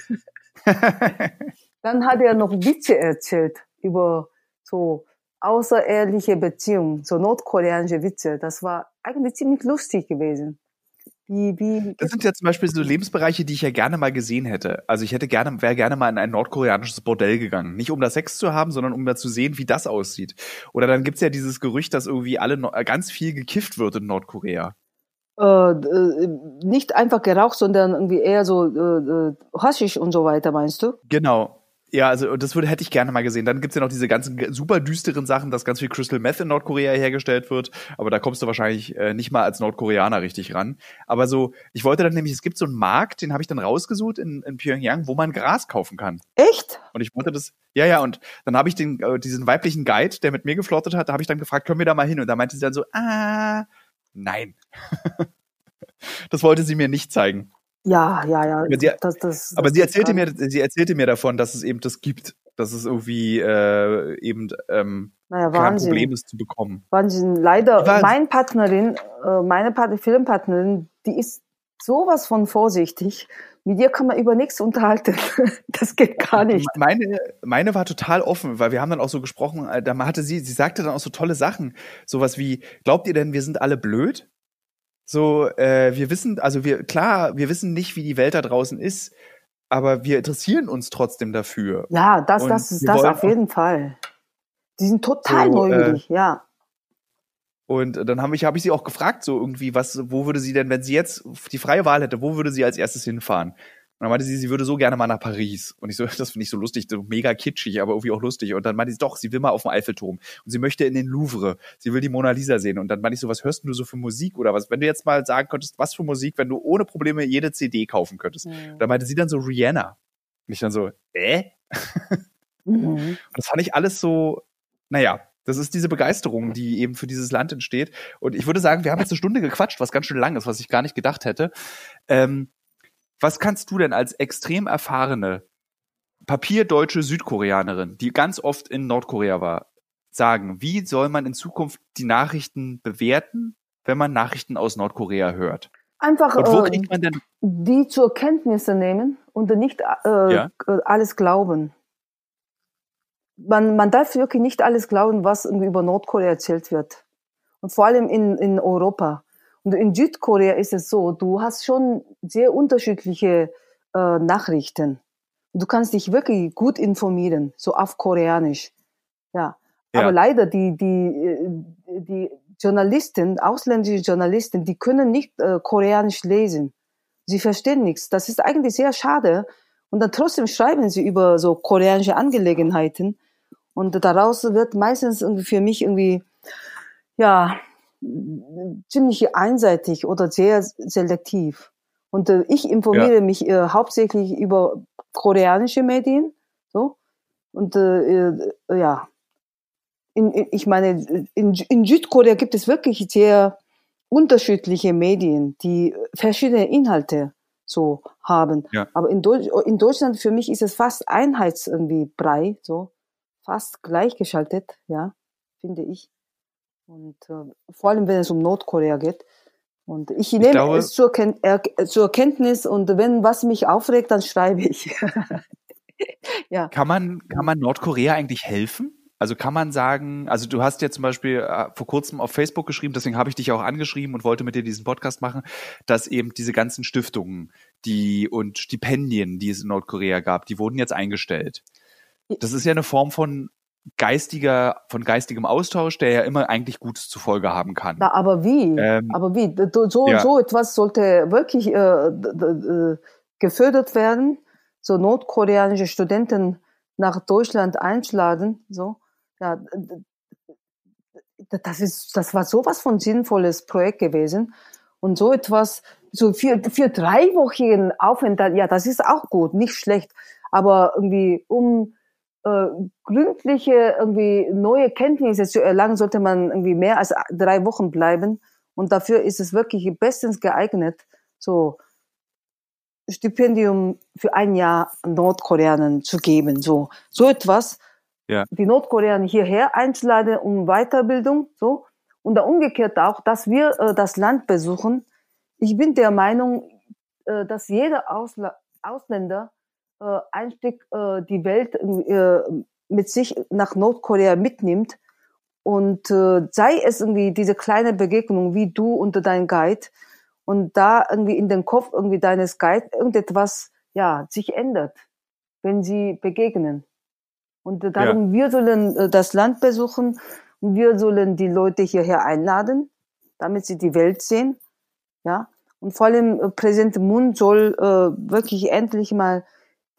Dann hat er noch Witze erzählt über so außereheliche Beziehungen, so nordkoreanische Witze. Das war eigentlich ziemlich lustig gewesen. Wie, wie das sind ja zum Beispiel so Lebensbereiche, die ich ja gerne mal gesehen hätte. Also ich hätte gerne, wäre gerne mal in ein nordkoreanisches Bordell gegangen. Nicht um da Sex zu haben, sondern um da zu sehen, wie das aussieht. Oder dann gibt's ja dieses Gerücht, dass irgendwie alle ganz viel gekifft wird in Nordkorea. Äh, nicht einfach geraucht, sondern irgendwie eher so äh, Haschisch und so weiter, meinst du? Genau. Ja, also das würde hätte ich gerne mal gesehen. Dann gibt's ja noch diese ganzen super düsteren Sachen, dass ganz viel Crystal Meth in Nordkorea hergestellt wird. Aber da kommst du wahrscheinlich äh, nicht mal als Nordkoreaner richtig ran. Aber so, ich wollte dann nämlich, es gibt so einen Markt, den habe ich dann rausgesucht in, in Pyongyang, wo man Gras kaufen kann. Echt? Und ich wollte das, ja, ja, und dann habe ich den, äh, diesen weiblichen Guide, der mit mir geflirtet hat, da habe ich dann gefragt, können wir da mal hin? Und da meinte sie dann so, ah, nein. Das wollte sie mir nicht zeigen. Ja, ja, ja. Aber sie, das, das, aber das sie erzählte kann. mir, sie erzählte mir davon, dass es eben das gibt, dass es irgendwie äh, eben ähm, Naja, kein Wahnsinn. Problem ist zu bekommen. Wahnsinn. Leider, War, meine Partnerin, äh, meine Part Filmpartnerin, die ist sowas von vorsichtig. Mit dir kann man über nichts unterhalten. Das geht gar nicht. Meine, meine war total offen, weil wir haben dann auch so gesprochen, äh, da hatte sie, sie sagte dann auch so tolle Sachen, sowas wie, glaubt ihr denn, wir sind alle blöd? So, äh, wir wissen, also wir, klar, wir wissen nicht, wie die Welt da draußen ist, aber wir interessieren uns trotzdem dafür. Ja, das, Und das ist wir das wollen auf jeden Fall. Die sind total So, neugierig, ja. Und dann habe ich, hab ich sie auch gefragt, so irgendwie, was, wo würde sie denn, wenn sie jetzt die freie Wahl hätte, wo würde sie als erstes hinfahren? Und dann meinte sie, sie würde so gerne mal nach Paris. Und ich so, das finde ich so lustig, so mega kitschig, aber irgendwie auch lustig. Und dann meinte sie, doch, sie will mal auf den Eiffelturm. Und sie möchte in den Louvre. Sie will die Mona Lisa sehen. Und dann meinte ich so, was hörst du so für Musik oder was? Wenn du jetzt mal sagen könntest, was für Musik, wenn du ohne Probleme jede C D kaufen könntest. Mhm. Dann meinte sie dann so Rihanna. Und ich dann so, äh? Mhm. Und das fand ich alles so, naja, das ist diese Begeisterung, die eben für dieses Land entsteht. Und ich würde sagen, wir haben jetzt eine Stunde gequatscht, was ganz schön lang ist, was ich gar nicht gedacht hätte. Ähm, was kannst du denn als extrem erfahrene papierdeutsche Südkoreanerin, die ganz oft in Nordkorea war, sagen? Wie soll man in Zukunft die Nachrichten bewerten, wenn man Nachrichten aus Nordkorea hört? Einfach Und wo äh, kriegt man denn die zur Kenntnis nehmen und nicht äh, Ja. alles glauben. Man, man darf wirklich nicht alles glauben, was irgendwie über Nordkorea erzählt wird. Und vor allem in, in Europa. Und in Südkorea ist es so, du hast schon sehr unterschiedliche äh, Nachrichten. Du kannst dich wirklich gut informieren, so auf Koreanisch. Ja. Ja. Aber leider, die, die, die Journalisten, ausländische Journalisten, die können nicht äh, Koreanisch lesen. Sie verstehen nichts. Das ist eigentlich sehr schade. Und dann trotzdem schreiben sie über so koreanische Angelegenheiten. Und daraus wird meistens irgendwie für mich irgendwie, ja, ziemlich einseitig oder sehr selektiv. Und äh, ich informiere ja. mich äh, hauptsächlich über koreanische Medien, so. Und äh, äh, ja, in, in, ich meine, in, in Südkorea gibt es wirklich sehr unterschiedliche Medien, die verschiedene Inhalte so haben. Ja. Aber in, Deutsch, in Deutschland für mich ist es fast Einheits irgendwie Brei, so fast gleichgeschaltet, ja, finde ich. Und äh, vor allem, wenn es um Nordkorea geht. Und ich nehme ich glaube, es zur, Ken- er- zur Kenntnis und wenn was mich aufregt, dann schreibe ich. Ja. Kann man, kann man Nordkorea eigentlich helfen? Also kann man sagen, also du hast ja zum Beispiel äh, vor kurzem auf Facebook geschrieben, deswegen habe ich dich auch angeschrieben und wollte mit dir diesen Podcast machen, dass eben diese ganzen Stiftungen die und Stipendien, die es in Nordkorea gab, die wurden jetzt eingestellt. Das ist ja eine Form von geistiger, von geistigem Austausch, der ja immer eigentlich Gutes zur Folge haben kann. Na, aber wie? Ähm, aber wie? So, ja. so etwas sollte wirklich äh, d- d- gefördert werden. So nordkoreanische Studenten nach Deutschland einschlagen. So, ja, das ist, das war sowas von sinnvolles Projekt gewesen. Und so etwas, so für, für dreiwöchigen Aufenthalt, ja, das ist auch gut, nicht schlecht. Aber irgendwie, um äh, gründliche, irgendwie neue Kenntnisse zu erlangen, sollte man irgendwie mehr als drei Wochen bleiben. Und dafür ist es wirklich bestens geeignet, so Stipendium für ein Jahr Nordkoreanern zu geben. So, so etwas, ja. Die Nordkoreaner hierher einzuladen um Weiterbildung, so. Und dann umgekehrt auch, dass wir äh, das Land besuchen. Ich bin der Meinung, äh, dass jeder Ausla- Ausländer äh, ein Stück äh, die Welt äh, mit sich nach Nordkorea mitnimmt. Und äh, sei es irgendwie diese kleine Begegnung wie du und dein Guide und da irgendwie in den Kopf irgendwie deines Guides irgendetwas, ja, sich ändert, wenn sie begegnen. Und äh, darum, ja. wir sollen äh, das Land besuchen und wir sollen die Leute hierher einladen, damit sie die Welt sehen, ja. Und vor allem äh, Präsident Moon soll äh, wirklich endlich mal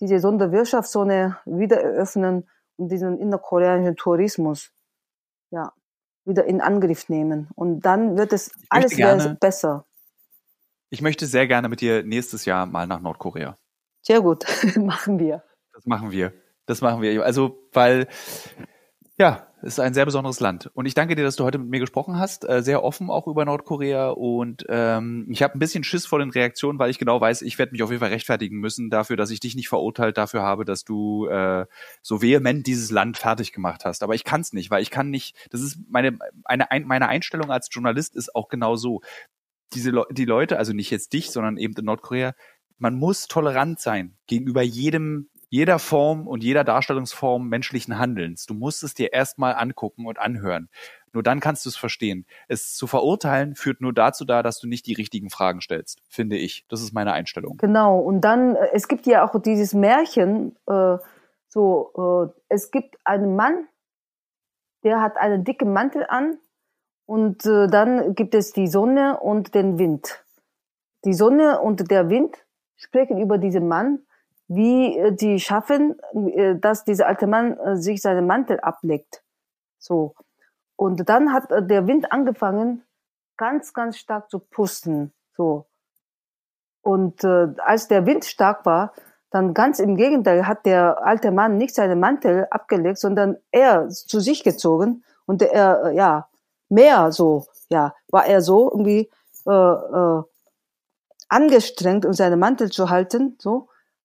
diese Sonderwirtschaftszone wieder eröffnen und diesen innerkoreanischen Tourismus, ja, wieder in Angriff nehmen. Und dann wird es alles gerne, besser. Ich möchte sehr gerne mit dir nächstes Jahr mal nach Nordkorea. Sehr gut, machen wir. Das machen wir. Das machen wir. Also, weil, ja, es ist ein sehr besonderes Land. Und ich danke dir, dass du heute mit mir gesprochen hast. Äh, sehr offen auch über Nordkorea. Und ähm, ich habe ein bisschen Schiss vor den Reaktionen, weil ich genau weiß, ich werde mich auf jeden Fall rechtfertigen müssen dafür, dass ich dich nicht verurteilt dafür habe, dass du äh, so vehement dieses Land fertig gemacht hast. Aber ich kann es nicht, weil ich kann nicht, das ist meine, eine, ein, meine Einstellung als Journalist ist auch genau so. Diese Le- die Leute, also nicht jetzt dich, sondern eben in Nordkorea, man muss tolerant sein gegenüber jedem jeder Form und jeder Darstellungsform menschlichen Handelns. Du musst es dir erstmal angucken und anhören. Nur dann kannst du es verstehen. Es zu verurteilen führt nur dazu da, dass du nicht die richtigen Fragen stellst, finde ich. Das ist meine Einstellung. Genau. Und dann, es gibt ja auch dieses Märchen, äh, so, äh, es gibt einen Mann, der hat einen dicken Mantel an und äh, dann gibt es die Sonne und den Wind. Die Sonne und der Wind sprechen über diesen Mann, wie äh, die schaffen, äh, dass dieser alte Mann äh, sich seinen Mantel ablegt. So. Und dann hat äh, der Wind angefangen, ganz, ganz stark zu pusten. So. Und äh, als der Wind stark war, dann ganz im Gegenteil hat der alte Mann nicht seinen Mantel abgelegt, sondern er zu sich gezogen. Und er, äh, ja, mehr so, ja, war er so irgendwie äh, äh, angestrengt, um seinen Mantel zu halten, so.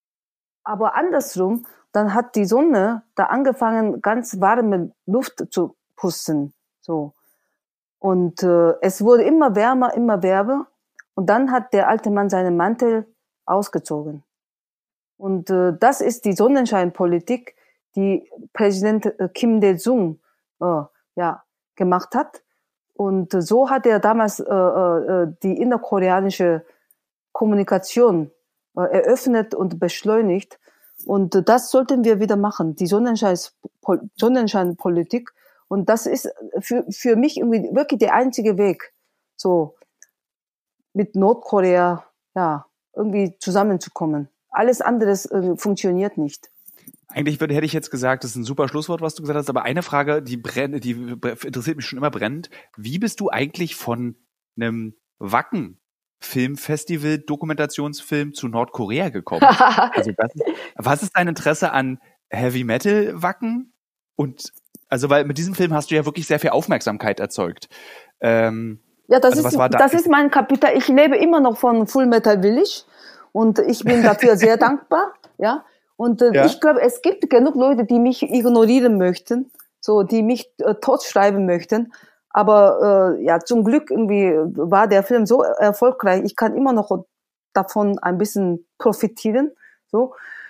Aber andersrum, dann hat die Sonne da angefangen, ganz warme Luft zu pusten, so. Und äh, es wurde immer wärmer, immer wärmer. Und dann hat der alte Mann seinen Mantel ausgezogen. Und äh, das ist die Sonnenscheinpolitik, die Präsident äh, Kim Dae-jung äh, ja, gemacht hat. Und äh, so hat er damals äh, äh, die innerkoreanische Kommunikation äh, eröffnet und beschleunigt. Und äh, das sollten wir wieder machen, die Sonnenscheinpol- Sonnenscheinpolitik. Und das ist für, für mich irgendwie wirklich der einzige Weg, so mit Nordkorea ja, irgendwie zusammenzukommen. Alles andere äh, funktioniert nicht. Eigentlich würde, hätte ich jetzt gesagt, das ist ein super Schlusswort, was du gesagt hast, aber eine Frage, die brennt, die interessiert mich schon immer brennend. Wie bist du eigentlich von einem Wacken Filmfestival, Dokumentationsfilm zu Nordkorea gekommen? Also was ist, was ist dein Interesse an Heavy Metal Wacken? Und also weil mit diesem Film hast du ja wirklich sehr viel Aufmerksamkeit erzeugt. Ähm, ja, das also ist da? das ist mein Kapital. Ich lebe immer noch von Full Metal Village und ich bin dafür sehr dankbar. Ja. Und äh, ja. ich glaube, es gibt genug Leute, die mich ignorieren möchten, so die mich äh, totschreiben möchten. Aber äh, ja, zum Glück irgendwie war der Film so erfolgreich. Ich kann immer noch davon ein bisschen profitieren. So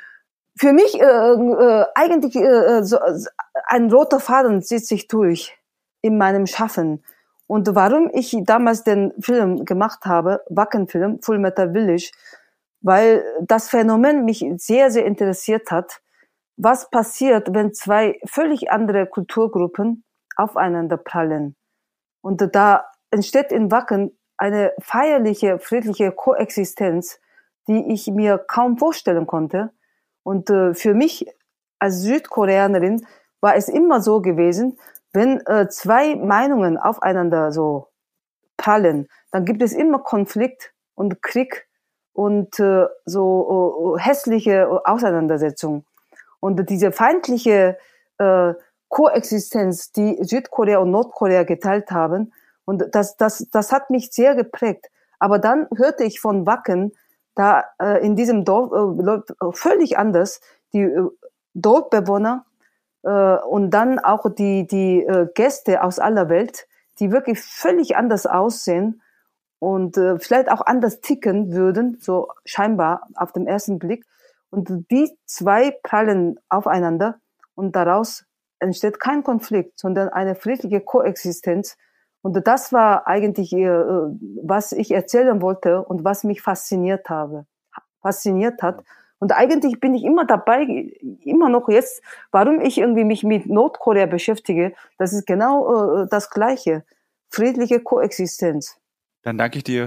für mich äh, äh, eigentlich äh, so, ein roter Faden zieht sich durch in meinem Schaffen. Und warum ich damals den Film gemacht habe, Wacken-Film, Full Metal Village, weil das Phänomen mich sehr, sehr interessiert hat. Was passiert, wenn zwei völlig andere Kulturgruppen aufeinander prallen? Und da entsteht in Wacken eine feierliche, friedliche Koexistenz, die ich mir kaum vorstellen konnte. Und äh, für mich als Südkoreanerin war es immer so gewesen, wenn äh, zwei Meinungen aufeinander so prallen, dann gibt es immer Konflikt und Krieg und äh, so äh, hässliche Auseinandersetzungen. Und diese feindliche äh, Koexistenz, die Südkorea und Nordkorea geteilt haben, und das, das, das hat mich sehr geprägt. Aber dann hörte ich von Wacken, da äh, in diesem Dorf äh, völlig anders, die äh, Dorfbewohner äh, und dann auch die, die äh, Gäste aus aller Welt, die wirklich völlig anders aussehen und äh, vielleicht auch anders ticken würden, so scheinbar auf den ersten Blick. Und die zwei prallen aufeinander und daraus entsteht kein Konflikt, sondern eine friedliche Koexistenz. Und das war eigentlich, äh, was ich erzählen wollte und was mich fasziniert habe, fasziniert hat. Und eigentlich bin ich immer dabei, immer noch jetzt, warum ich irgendwie mich mit Nordkorea beschäftige, das ist genau äh, das Gleiche. Friedliche Koexistenz. Dann danke ich dir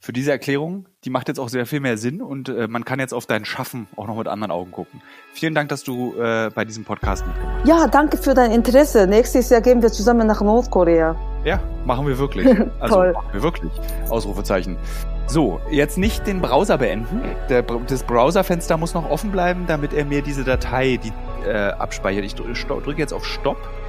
für diese Erklärung. Die macht jetzt auch sehr viel mehr Sinn und äh, man kann jetzt auf dein Schaffen auch noch mit anderen Augen gucken. Vielen Dank, dass du äh, bei diesem Podcast mitgemacht hast. Ja, danke für dein Interesse. Nächstes Jahr gehen wir zusammen nach Nordkorea. Ja, machen wir wirklich. Also Toll. Machen wir wirklich. Ausrufezeichen. So, jetzt nicht den Browser beenden. Der, das Browserfenster muss noch offen bleiben, damit er mir diese Datei die, äh, abspeichert. Ich drücke drück jetzt auf Stopp.